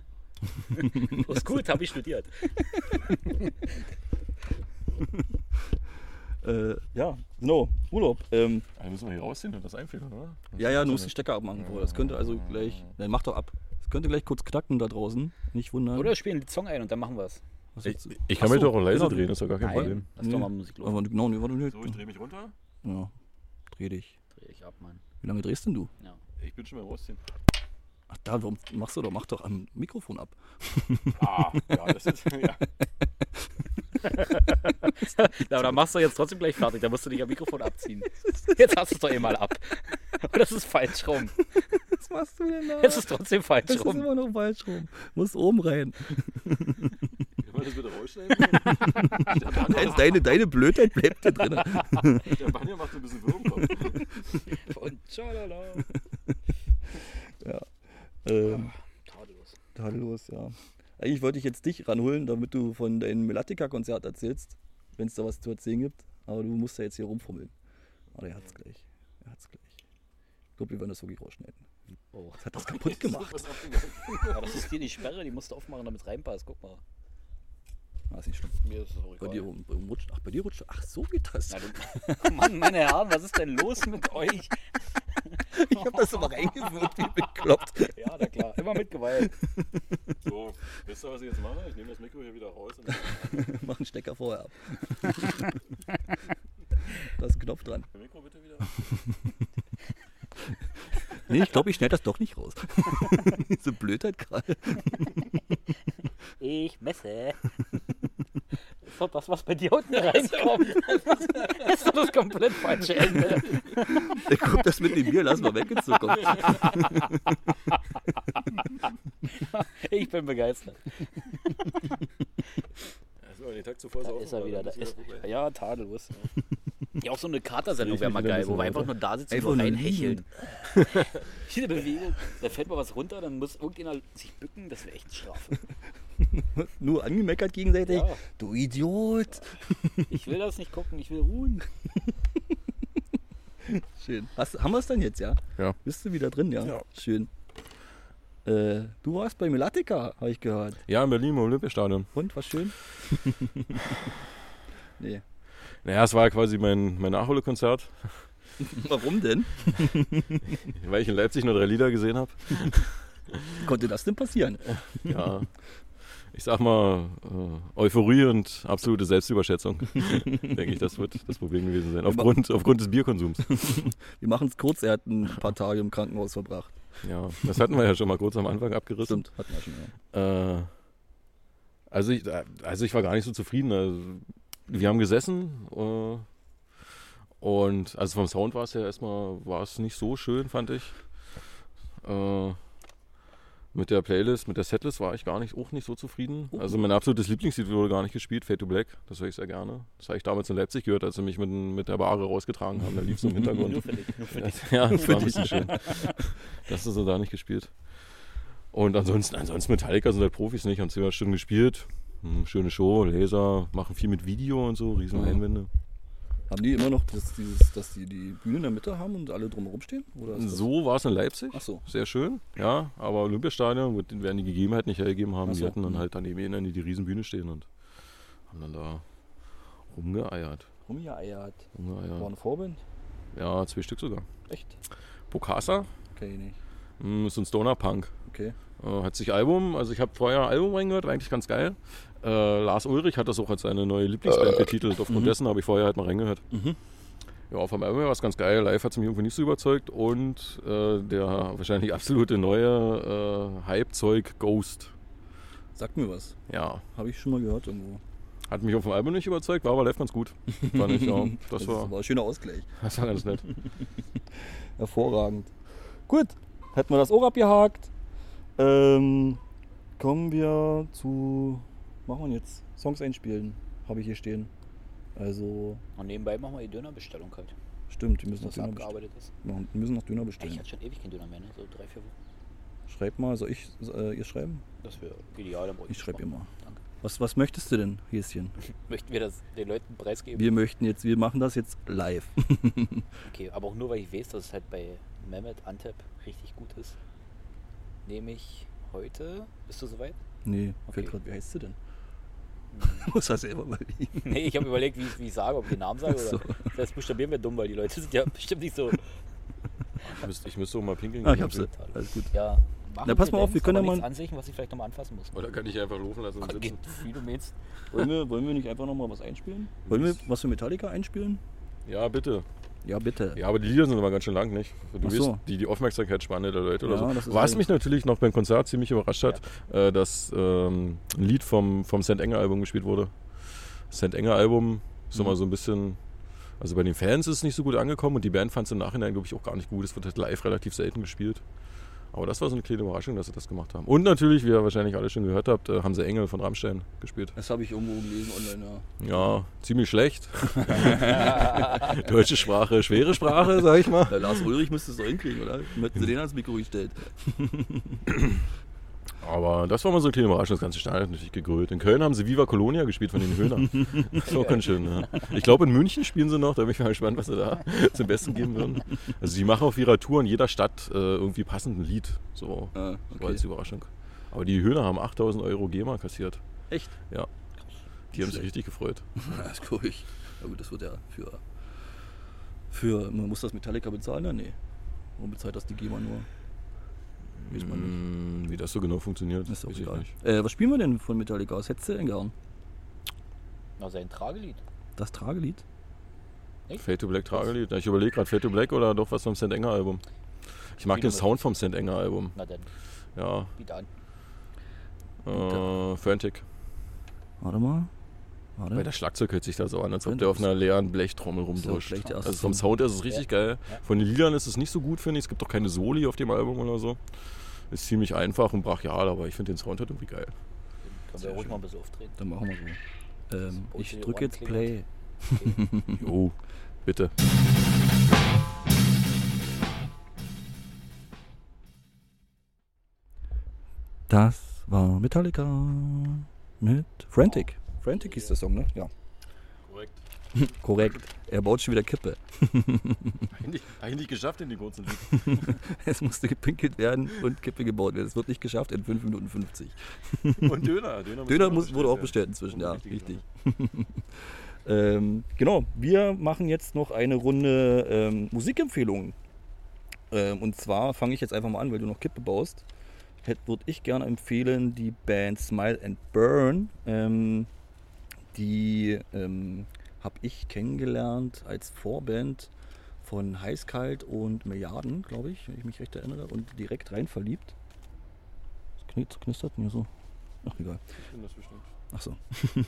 Das ist gut, habe ich studiert. Äh, ja, genau, Urlaub. Ähm, Also müssen wir hier rausziehen und das einfädeln, oder? Das ja, ja, ist du musst den Stecker abmachen. Vorher. Das könnte also gleich. Nein, mach doch ab. Das könnte gleich kurz knacken da draußen. Nicht wundern. Oder wir spielen den Song ein und dann machen wir es. Was Ich, jetzt? ich kann Ach mich so, doch auch leise genau. drehen, ist doch gar kein Problem. Lass doch mal Musik los. Aber genau, nee, warte, nee. So, ich drehe mich runter. Ja, dreh dich. Dreh ich ab, Mann. Wie lange drehst denn du? Ja. Ich bin schon mal rausziehen. Ach, da, warum machst du doch? Mach doch am Mikrofon ab. Ah, ja, das ist. Ja. Aber dann machst du jetzt trotzdem gleich fertig. Da musst du dich am Mikrofon abziehen. Jetzt hast du es doch eh mal ab. Und das ist falsch rum. Was machst du denn da? Es ist trotzdem falsch Das ist rum. immer noch falsch rum. Muss oben rein. Können wir das bitte rausschneiden? Der Deine, Banja, deine, deine Blödheit bleibt hier drin. der Banja macht so ein bisschen Würmkopf. Und tschalala. Ja. Ähm, Tadellos. tadellos, ja. Eigentlich wollte ich jetzt dich ranholen, damit du von deinem Melatica-Konzert erzählst, wenn es da was zu erzählen gibt. Aber du musst ja jetzt hier rumfummeln. Aber er hat's gleich. Er hat's gleich. Ich glaube, wir werden das wirklich rausschneiden. Oh. Das hat das kaputt gemacht. Ja, das ist hier die Sperre, die musst du aufmachen, damit es reinpasst. Guck mal. Ah, ist nicht schlimm. Mir ist es auch Bei egal. dir rum- rum rutscht. Ach, bei dir rutscht. Ach, so geht das. Na, du, Mann, meine Herren, was ist denn los mit euch? Ich habe das immer reingewirkt, wie bekloppt. Ja, na klar, immer mit Gewalt. So, wisst ihr, was ich jetzt mache? Ich nehme das Mikro hier wieder raus. Und Mach einen Stecker vorher ab. Da ist ein Knopf dran. das Mikro bitte wieder. Nee, ich glaube, ich schneide das doch nicht raus. Diese Blödheit gerade. Ich messe. Ist doch das, was bei dir unten reinkommt. Das ist doch das komplett falsche Ende. Der guckt das mit dem Bier, lass mal weg in Zukunft. Ich bin begeistert. Also, den Tag zuvor Da saufen, ist er weil wieder. dann Da ist ist, wieder vorbei. ja, tadellos. Ja, auch so eine Katersendung Ich wäre mal mich wieder geil, ein wo wir bisschen einfach nur da sitzen Einfach und nur reinhecheln. Jede Bewegung, da fällt mal was runter, dann muss irgendjemand sich bücken, das wäre echt eine Strafe. Nur angemeckert gegenseitig. Ja. Du Idiot. Ich will das nicht gucken, ich will ruhen. Schön. Hast, haben wir es dann jetzt, ja? Ja. Bist du wieder drin, ja? Ja. Schön. Äh, du warst bei Melatica, habe ich gehört. Ja, in Berlin im Olympiastadion. Und, war schön? Nee. Naja, es war ja quasi mein, mein Nachholkonzert, Warum denn? weil ich in Leipzig nur drei Lieder gesehen habe. Konnte das denn passieren? Ja, ich sag mal, äh, Euphorie und absolute Selbstüberschätzung. Denke ich, das wird das Problem gewesen sein. Aufgrund, aufgrund des Bierkonsums. Wir machen es kurz, er hat ein paar Tage im Krankenhaus verbracht. Ja, das hatten wir ja schon mal kurz am Anfang abgerissen. Stimmt, hatten wir schon, ja. Äh, also, ich, also ich war gar nicht so zufrieden. Also, wir haben gesessen äh, und also vom Sound war es ja erstmal war es nicht so schön, fand ich. Äh, mit der Playlist, mit der Setlist war ich gar nicht, auch nicht so zufrieden. Oh. Also mein absolutes Lieblingslied wurde gar nicht gespielt, Fade to Black. Das höre ich sehr gerne. Das habe ich damals in Leipzig gehört, als sie mich mit, mit der Bahre rausgetragen haben. Da lief so im Hintergrund. Nur für dich, nur für dich. Ja, das war ein bisschen schön. Das ist so da nicht gespielt. Und ansonsten, ansonsten Metallica sind halt Profis nicht, haben zehn Stunden gespielt. Hm, schöne Show, Laser, machen viel mit Video und so, riesen Mhm. Einwände. Haben die immer noch, das, dieses, dass die die Bühne in der Mitte haben und alle drumherum stehen? Oder ist das- So war es in Leipzig. Ach so. Sehr schön, ja, aber Olympiastadion wird- werden die Gegebenheiten nicht hergegeben haben. Ach Die so. hatten dann Mhm. halt daneben ihnen die, die Riesenbühne stehen und haben dann da rumgeeiert. Rumgeeiert. War rumgeeiert. eine Vorband? Ja, zwei Stück sogar. Echt? Bokassa, Kenn ich nicht. hm, ist so ein Stoner-Punk. Okay. Äh, hat sich Album, also ich habe vorher ein Album reingehört, war eigentlich ganz geil. Äh, Lars Ulrich hat das auch als seine neue Lieblingsband betitelt. Aufgrund mhm. dessen habe ich vorher halt mal reingehört. Mhm. Ja, vom Album her war es ganz geil. Live hat es mich irgendwie nicht so überzeugt. Und äh, der wahrscheinlich absolute neue äh, Hype-Zeug Ghost. Sagt mir was. Ja, Habe ich schon mal gehört irgendwo. hat mich auf dem Album nicht überzeugt, war aber live ganz gut. Fand ich, ja. Das, Das war, war ein schöner Ausgleich. das war ganz nett. Hervorragend. Gut, hätten wir das auch abgehakt. Ähm, kommen wir zu. Machen wir jetzt Songs einspielen. Habe ich hier stehen. Also, Und nebenbei machen wir die Dönerbestellung halt. stimmt, wir müssen noch Dass das Döner bestellen. abgearbeitet ist. Wir müssen noch Döner Ich bestellen. hatte schon ewig keinen Döner mehr, ne? So drei, vier Wochen. Schreib mal, soll ich äh, ihr schreiben? Das wäre ideal. Dann brauche Ich schreibe ihr mal. Danke. Was, was möchtest du denn, Häschen? Möchten wir das den Leuten preisgeben? Wir möchten jetzt, wir machen das jetzt live. Okay, aber auch nur, weil ich weiß, dass es halt bei Mehmet Antep richtig gut ist. Nehme ich heute. Bist du soweit? Nee, Okay. fällt grad, wie heißt sie denn? Muss das selber überlegen. Nee, ich habe überlegt, wie, wie ich sage, ob ich den Namen sage oder. So. Das buchstabieren wir dumm, weil die Leute sind ja bestimmt nicht so. Ich müsste, ich müsste auch mal pinkeln Ah, gehen. ich hab's. Alles gut. Ja, machen Na, pass mal auf, wir können ja mal. mal- Nichts an sich, was ich vielleicht nochmal anfassen muss. Oder kann ich einfach laufen lassen und Geht, sitzen? wie du meinst. Wollen wir, wollen wir nicht einfach nochmal was einspielen? Wollen wir was für Metallica einspielen? Ja, bitte. Ja, bitte. Ja, aber die Lieder sind immer ganz schön lang, nicht? Du Ach so. weißt, die, die Aufmerksamkeitsspanne der Leute Ja, oder das so. ist Was eigentlich- mich natürlich noch beim Konzert ziemlich überrascht hat, äh, dass ähm, ein Lied vom, vom Saint Anger Album gespielt wurde. Saint Anger Album ist Mhm. immer so ein bisschen, also bei den Fans ist es nicht so gut angekommen und die Band fand es im Nachhinein, glaube ich, auch gar nicht gut. Es wird halt live relativ selten gespielt. Aber das war so eine kleine Überraschung, dass sie das gemacht haben. Und natürlich, wie ihr wahrscheinlich alle schon gehört habt, äh, haben sie Engel von Rammstein gespielt. Das habe ich irgendwo gelesen online, ja. Ja, ziemlich schlecht. Deutsche Sprache, schwere Sprache, sag ich mal. Der Lars Ulrich müsste es doch hinkriegen, oder? Hätten sie den ans Mikro gestellt. Aber das war mal so eine kleine Überraschung, das ganze Stadion hat natürlich gegrölt. In Köln haben sie Viva Colonia gespielt von den Höhnern. Das war auch ganz schön. Ja. Ich glaube, in München spielen sie noch, da bin ich mal gespannt, was sie da zum Besten geben würden. Also die machen auf ihrer Tour in jeder Stadt äh, irgendwie passend ein Lied. So, Ah, so okay. als Überraschung. Aber die Höhner haben achttausend Euro GEMA kassiert. Echt? Ja. Die haben sich richtig gefreut. Das glaube ich. Ja gut, das wird ja für, für... Man muss das Metallica bezahlen, ja? Nee. Warum bezahlt das die GEMA nur? Weiß man nicht. Mm, Wie das so genau funktioniert, Ist doch weiß ich egal. nicht. Äh, was spielen wir denn von Metallica? Was hättest du denn gern? Na, sein Tragelied. Das Tragelied? Fade to Black Tragelied. Ja, ich überlege gerade, Fade to Black oder doch was vom Saint Anger Album. Ich mag Wie den du Sound vom Saint Anger Album. Na dann, Ja, biete an. äh, Frantic. Warte mal. Warte. Weil der Schlagzeug hört sich da so an, als ob Frantic der auf ist- einer leeren Blechtrommel rumdruscht. vielleicht der erste Also vom Song. Sound her ist es richtig geil. Ja. Von den Liedern ist es nicht so gut, finde ich. Es gibt auch keine Soli auf dem Album oder so. Ist ziemlich einfach und brachial, aber ich finde den Sound halt irgendwie geil. Den können wir ruhig mal ein bisschen auftreten. Dann machen wir so. Ähm, Das ich Ocean drücke jetzt One Play. Jo, bitte. Das war Metallica mit Frantic. Frantic hieß der Song, ne? Ja. Korrekt. Korrekt. Er baut schon wieder Kippe. Eigentlich, eigentlich geschafft in die kurzen Lied. Es musste gepinkelt werden und Kippe gebaut werden. Es wird nicht geschafft in fünf Minuten fünfzig. Und Döner. Döner, muss Döner immer muss, wurde auch bestellt bestellt inzwischen, ja, Richtig, richtig. ähm, genau, wir machen jetzt noch eine Runde ähm, Musikempfehlungen. Ähm, und zwar fange ich jetzt einfach mal an, weil du noch Kippe baust. Würde ich gerne empfehlen die Band Smile and Burn. Ähm, die ähm, habe ich kennengelernt als Vorband von Heißkalt und Milliarden, glaube ich, wenn ich mich recht erinnere, und direkt rein verliebt. Das knistert, knistert mir so. Ach, egal. Ich bin das bestimmt. Ach so.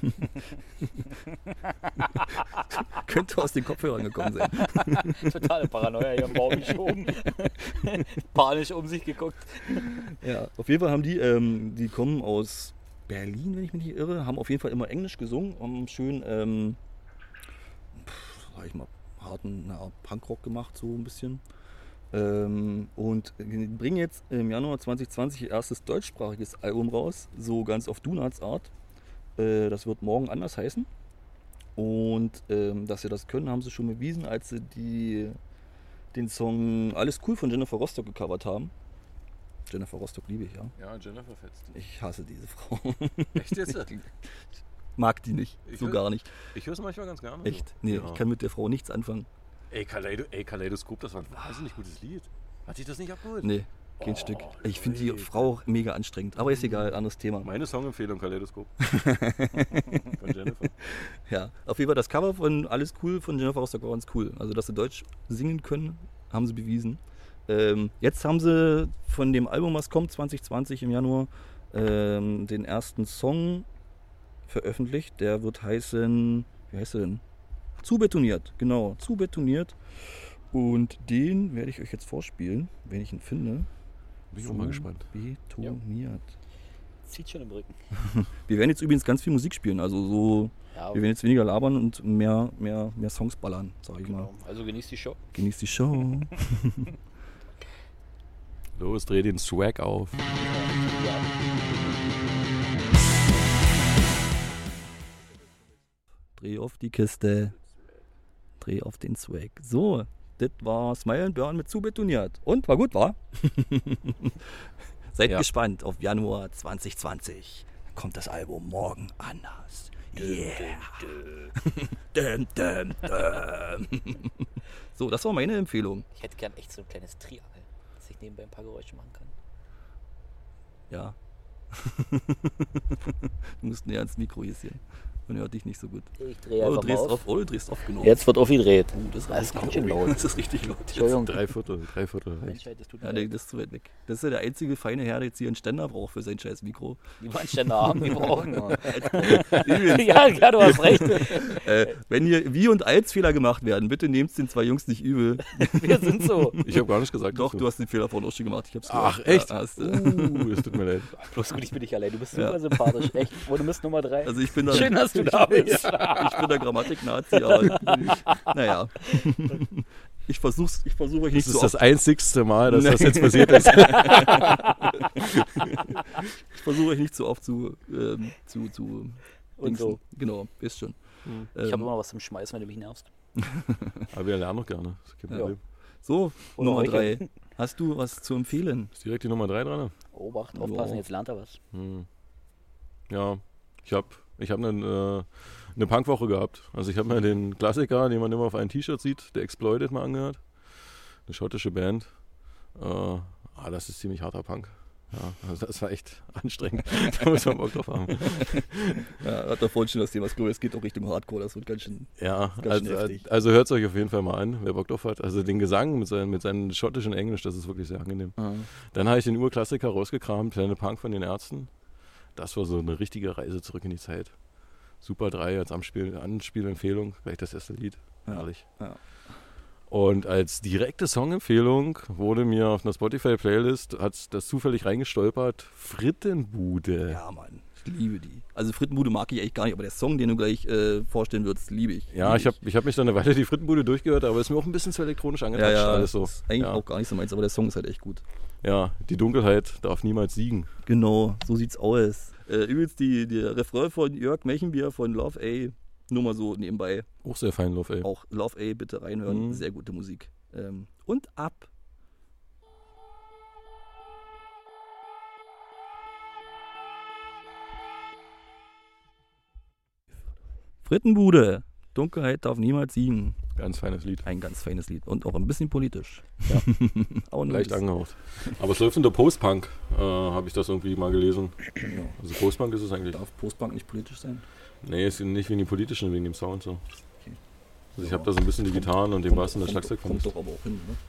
Könnte aus den Kopfhörern gekommen sein. Totale Paranoia hier im Baum geschoben. Panisch um sich geguckt. Ja, auf jeden Fall haben die, ähm, die kommen aus Berlin, wenn ich mich nicht irre, haben auf jeden Fall immer Englisch gesungen, haben schön, ähm, pff, sag ich mal, harten eine Art Punkrock gemacht, so ein bisschen. Ähm, und bringen jetzt im Januar zwanzig zwanzig ihr erstes deutschsprachiges Album raus, so ganz auf Donuts Art. Äh, das wird morgen anders heißen. Und ähm, dass sie das können, haben sie schon bewiesen, als sie die, den Song Alles cool von Jennifer Rostock gecovert haben. Jennifer Rostock liebe ich, ja. Ja, Jennifer fetzt. Ich hasse diese Frau. Echt jetzt? Ich mag die nicht. Ich so hör- gar nicht. Ich höre es manchmal ganz gerne. Echt? Nee, Ja. ich kann mit der Frau nichts anfangen. Ey, Kaleido, ey, Kaleidoskop, das war ein wahnsinnig gutes Lied. Hat dich das nicht abgeholt? Nee, kein Oh, Stück. Ich finde die Leute. Frau auch mega anstrengend. Aber ist egal, anderes Thema. Meine Songempfehlung, Kaleidoskop. Von Jennifer. Ja, auf jeden Fall das Cover von Alles cool von Jennifer Rostock war ganz cool. Also, dass sie Deutsch singen können, haben sie bewiesen. Ähm, jetzt haben sie von dem Album, was kommt, zwanzig zwanzig im Januar, ähm, den ersten Song veröffentlicht. Der wird heißen, wie heißt er denn? Zubetoniert, genau, Zubetoniert. Und den werde ich euch jetzt vorspielen, wenn ich ihn finde. Bin ich auch mal gespannt. Betoniert. Zieht schon im Rücken. Wir werden jetzt übrigens ganz viel Musik spielen, also so, Ja, wir werden jetzt weniger labern und mehr, mehr, mehr Songs ballern, sag ich mal. genau. Also genießt die Show. Genießt die Show. Los, dreh den Swag auf. Ja. Dreh auf die Kiste. Dreh auf den Swag. So, das war Smile and Burn mit Zubetoniert. Und war gut, war? Seid Ja. gespannt auf Januar zwanzig zwanzig. Dann kommt das Album morgen anders. Yeah. Dum, dum, dum. So, das war meine Empfehlung. Ich hätte gern echt so ein kleines Triangel, dass ich nebenbei ein paar Geräusche machen kann. Ja. Du musst näher ans Mikro hier sehen. Man hört dich nicht so gut. Ich drehe Oh, du einfach mal drehst auf. auf. Oh, du drehst auf, genau. Jetzt wird aufgedreht. Oh, das, Das ist richtig ganz schön laut. Das ist richtig laut. Jetzt. Entschuldigung. Drei Viertel, drei Viertel reicht. Menschheit, das tut mir Ja, leid. nee, das ist zu weit weg. Das ist ja der einzige feine Herr, der jetzt hier einen Ständer braucht für sein scheiß Mikro. Die Wandständer haben, die brauchen wir. Übrigens, Ja, ja, du hast recht. äh, wenn hier Wie- und Als-Fehler gemacht werden, bitte nehmt den zwei Jungs nicht übel. Wir sind so. Ich habe gar nicht gesagt. Doch, dass du hast den Fehler vorhin auch schon gemacht. Ich hab's Ach, gehört. echt? Ja, hast du. Uh, es tut mir leid. Bloß gut, ich bin nicht allein. Du bist super Ja. sympathisch. Echt. Oh, du bist Nummer drei. Also ich bin da, Schön, dass du da bist. ich bin der Grammatik-Nazi, aber naja. Ich versuch's, ich versuche euch nicht Das zu ist das oft, einzigste Mal, dass Nee. das jetzt passiert ist. ich versuche euch nicht zu oft zu, ähm, zu, zu Und dingsen. so. Genau, ist schon. Ich Ähm, habe immer noch was zum Schmeißen, wenn du mich nervst. Aber wir lernen noch gerne. Das ist kein Ja. Problem. So, Oder Nummer heute. drei. Hast du was zu empfehlen? Ist direkt die Nummer drei dran? Obacht, Ja. aufpassen, jetzt lernt er was. Hm. Ja, ich habe ich hab eine, äh, eine Punkwoche gehabt. Also ich habe mir den Klassiker, den man immer auf einem T-Shirt sieht, der Exploited, mal angehört. Eine schottische Band. Äh, ah, das ist ziemlich harter Punk. Ja, also das war echt anstrengend. Da muss man Bock drauf haben. Ja, hat er vorhin schon das Thema. Es geht auch Richtung Hardcore. Das wird ganz schön. Ja, Ganz schön also, heftig. also hört es euch auf jeden Fall mal an, wer Bock drauf hat. Also den Gesang mit, seinen, mit seinem schottischen Englisch, das ist wirklich sehr angenehm. Dann habe ich den Urklassiker rausgekramt, Planet Punk von den Ärzten. Das war so eine richtige Reise zurück in die Zeit. Super drei als Anspiel, Anspielempfehlung, gleich das erste Lied. Ja, Herrlich. ja. Und als direkte Songempfehlung wurde mir auf einer Spotify-Playlist, hat das zufällig reingestolpert, Frittenbude. Ja, Mann. Ich liebe die. Also Frittenbude mag ich eigentlich gar nicht, aber der Song, den du gleich äh, vorstellen würdest, liebe ich. Ja, liebe ich habe ich hab mich dann eine Weile die Frittenbude durchgehört, aber ist mir auch ein bisschen zu elektronisch ja, angetatscht. ja, alles so. das ist eigentlich Ja. auch gar nicht so meins, aber der Song ist halt echt gut. Ja, die Dunkelheit darf niemals siegen. Genau, so sieht's aus. Äh, übrigens die, der Refrain von Jörg Mechenbier von Love A, nur mal so nebenbei. Auch sehr fein, Love, ey. Auch Love A bitte reinhören, Mhm. sehr gute Musik. Ähm, und ab. Frittenbude, Dunkelheit darf niemals siegen. Ganz feines Lied. Ein ganz feines Lied und auch ein bisschen politisch. Ja. Auch nur Leicht ein bisschen. angehaucht. Aber es läuft unter Post-Punk, äh, habe ich das irgendwie mal gelesen. Ja. Also Post-Punk ist es eigentlich. Darf Postbank nicht politisch sein? Nee, ist nicht wegen dem politischen, wegen dem Sound so. Okay. Also ich habe da so ein bisschen die Gitarren und den Bass und das Schlagzeug kommt, vermisst. kommt doch aber auch hin, ne?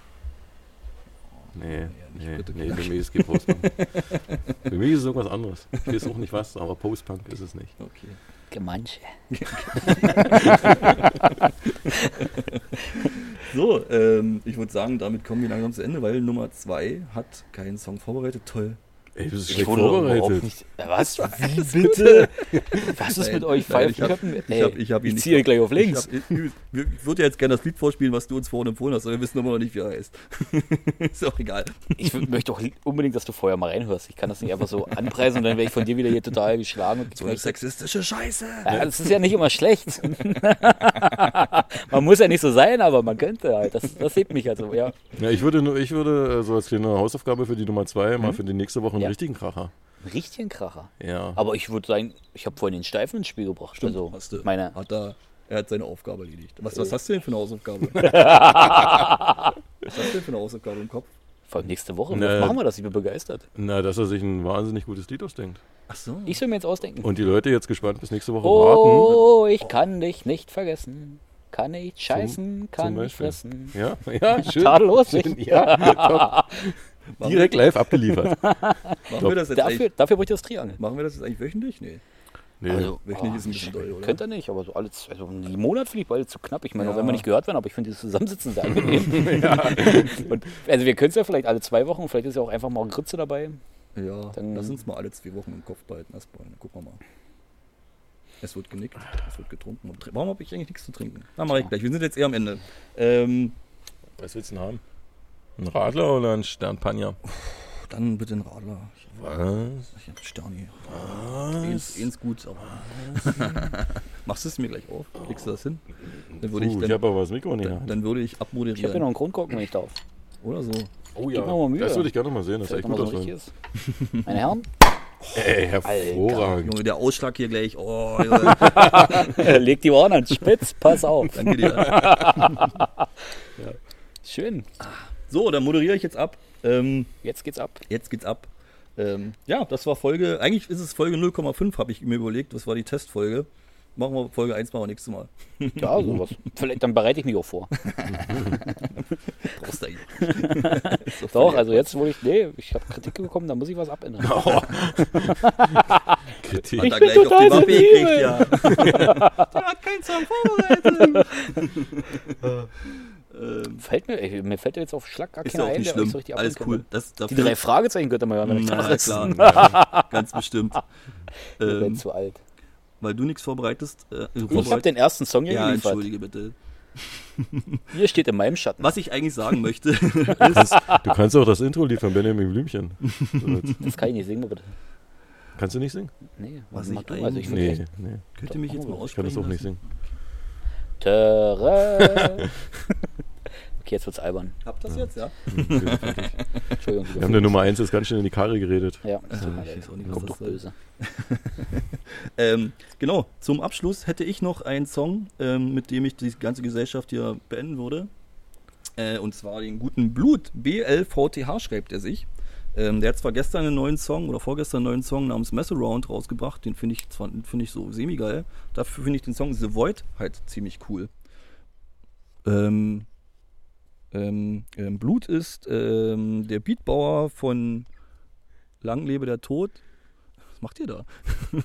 Nee, nicht nee, bitte nee, klar. für mich ist kein Post-Punk. Für mich ist es irgendwas anderes. Ich weiß auch nicht was, aber Post-Punk ist es nicht. Okay. Gemanche. So, ähm, ich würde sagen, damit kommen wir langsam zu Ende, weil Nummer zwei hat keinen Song vorbereitet. Toll. Ey, du bist Ich schlecht wurde überhaupt vorbereitet. nicht. Ja, Was? Wie bitte? Was ist Nein, mit euch nein, ich hab- Pfeifenköppen? Ich, hab, ich, hab ihn ich nicht ziehe gleich auf links. Ich, hab, ich, ich würde ja jetzt gerne das Lied vorspielen, was du uns vorhin empfohlen hast, aber wir wissen immer noch nicht, wie er heißt. Ist auch egal. Ich w- möchte doch unbedingt, dass du vorher mal reinhörst. Ich kann das nicht einfach so anpreisen und dann werde ich von dir wieder hier total geschlagen. Und So eine sexistische Scheiße. ja, das ist ja nicht immer schlecht. Man muss ja nicht so sein, aber man könnte halt. Das, das hebt mich also, ja. Ja, ich würde, nur- ich würde äh, so als kleine Hausaufgabe für die Nummer zwei mal für die nächste Woche einen Ja. richtigen Kracher. Ein richtigen Kracher. Ja. Aber ich würde sagen, ich habe vorhin den Steifen ins Spiel gebracht. Stimmt, also, hast du. meine, Hat er, er hat seine Aufgabe erledigt. Was, was hast du denn für eine Hausaufgabe? Was hast du denn für eine Hausaufgabe im Kopf? vor allem nächste Woche. Ne. Was machen wir das? Ich bin begeistert. Na, dass er sich ein wahnsinnig gutes Lied ausdenkt. Ach so. Ich soll mir jetzt ausdenken. Und die Leute jetzt gespannt bis nächste Woche warten. Oh, ich kann dich nicht vergessen. Kann nicht scheißen, kann zum nicht Beispiel. fressen. Ja, ja, schön. Tadellos. schön. Ja, top. Direkt live abgeliefert. Machen wir das jetzt Dafür, eigentlich, dafür brauche ich das Triangel. machen wir das jetzt eigentlich wöchentlich? Nee. Nee. Also, Wöchentlich ah, ist ein bisschen doll, oder? Könnte er nicht, aber so alles, also einen Monat finde ich beide zu knapp. Ich meine, auch Ja. wenn wir nicht gehört werden, aber ich finde dieses Zusammensitzen sehr angenehm. Und, also wir können es ja vielleicht alle zwei Wochen, vielleicht ist ja auch einfach mal ein Grütze dabei. Ja, Dann- lass uns mal alle zwei Wochen im Kopf behalten erstmal. Dann gucken wir mal. Es wird genickt, es wird getrunken. Und tr- Warum habe ich eigentlich nichts zu trinken? Na, mach ich gleich. Wir sind jetzt eher am Ende. Ähm, Was willst du denn haben? Ein Radler oder ein Sternpanja? dann bitte ein Radler. Ich, Was? ich hab Sterni. Eins, eins gut, aber. Machst du es mir gleich auf? Legst du das hin? Dann würde ich, Uh, dann, ich habe aber das Mikro nicht. dann, dann würde ich Ich habe abmoderieren. ja noch einen Grundkorken, wenn ich darf. Oder so. Oh Gib mir mal Mühe. das würde ich gerne mal sehen. Das ist Vielleicht echt noch gut mal aus. so richtig ist. Meine Herren, Ey, hervorragend. Junge, der Ausschlag hier gleich. Oh, Junge. Leg die Ohren ans Spitz, pass auf. Danke dir. Ja. Schön. So, dann moderiere ich jetzt ab. Ähm, Jetzt geht's ab. jetzt geht's ab. Ähm, ja, das war Folge, eigentlich ist es Folge null Komma fünf, habe ich mir überlegt. Das war die Testfolge. Machen wir Folge eins, machen wir nächstes Mal. Ja, sowas. Vielleicht, dann bereite ich mich auch vor. Brauchst du eigentlich. Ist Doch, völlig- also jetzt, wo ich, nee, ich habe Kritik bekommen, da muss ich was abändern. Kritik. Hat er bin gleich auf die total Waffe sensibel. gekriegt, ja. Der hat keinen Song vorbereitet. ähm, Fällt mir, ey, mir fällt jetzt auf Schlag gar ist ja keiner auch ein, nicht der euch schlimm. so richtig Alles abholen cool. Das, kann. Die dafür- drei Fragezeichen könnte man hören, wenn ich Na das klar, ist. ja, ganz bestimmt. Ihr seid Ähm, zu alt. weil du nichts vorbereitest. Äh, Ich habe den ersten Song hier Ja, geliefert. entschuldige bitte. Hier steht in meinem Schatten. Was ich eigentlich sagen möchte, Du kannst auch das Intro-Lied von Benjamin Blümchen. Das kann ich nicht singen, bitte. Kannst du nicht singen? Nee, Was mach ich du. Also ich würd Nee, echt- nee. könnt ihr mich jetzt mal Ich kann das aussprechen auch nicht lassen? singen. Töre. Okay, jetzt wird's albern. Habt ihr das jetzt, ja? Entschuldigung. Wir haben der Nummer eins jetzt ganz schön in die Karre geredet. Ja, das tut Äh, mir ich leid. weiß auch nicht, was Kommt das doch soll. böse. Ähm, genau, zum Abschluss hätte ich noch einen Song, ähm, mit dem ich die ganze Gesellschaft hier beenden würde. Äh, und zwar den guten Blut. B L V T H schreibt er sich. Ähm, der hat zwar gestern einen neuen Song oder vorgestern einen neuen Song namens Mess Around rausgebracht. Den finde ich zwar finde ich so semi-geil. Dafür finde ich den Song The Void halt ziemlich cool. Ähm, ähm, ähm, Blut ist ähm, der Beatbauer von Lang lebe der Tod. Was macht ihr da?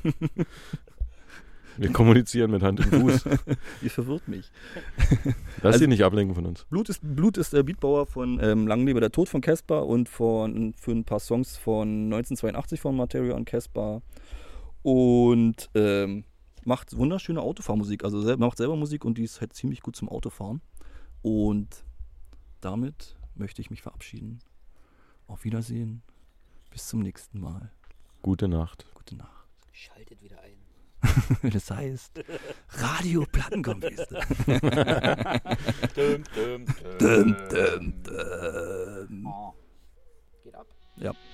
Wir kommunizieren mit Hand und Fuß. Ihr verwirrt mich. Lass Also- dich nicht ablenken von uns. Blut ist, Blut ist der Beatbauer von ähm, Lang lebe der Tod von Caspar und von, für ein paar Songs von neunzehnhundertzweiundachtzig von Materia und Caspar. Und ähm, macht wunderschöne Autofahrmusik. Also sel macht selber Musik und die ist halt ziemlich gut zum Autofahren. Und damit möchte ich mich verabschieden. Auf Wiedersehen. Bis zum nächsten Mal. Gute Nacht. Gute Nacht. Schaltet wieder ein. Das heißt Radio Plattenkompiste. Dum, dum, Dum, dum, dum. Oh. Geht ab. Ja.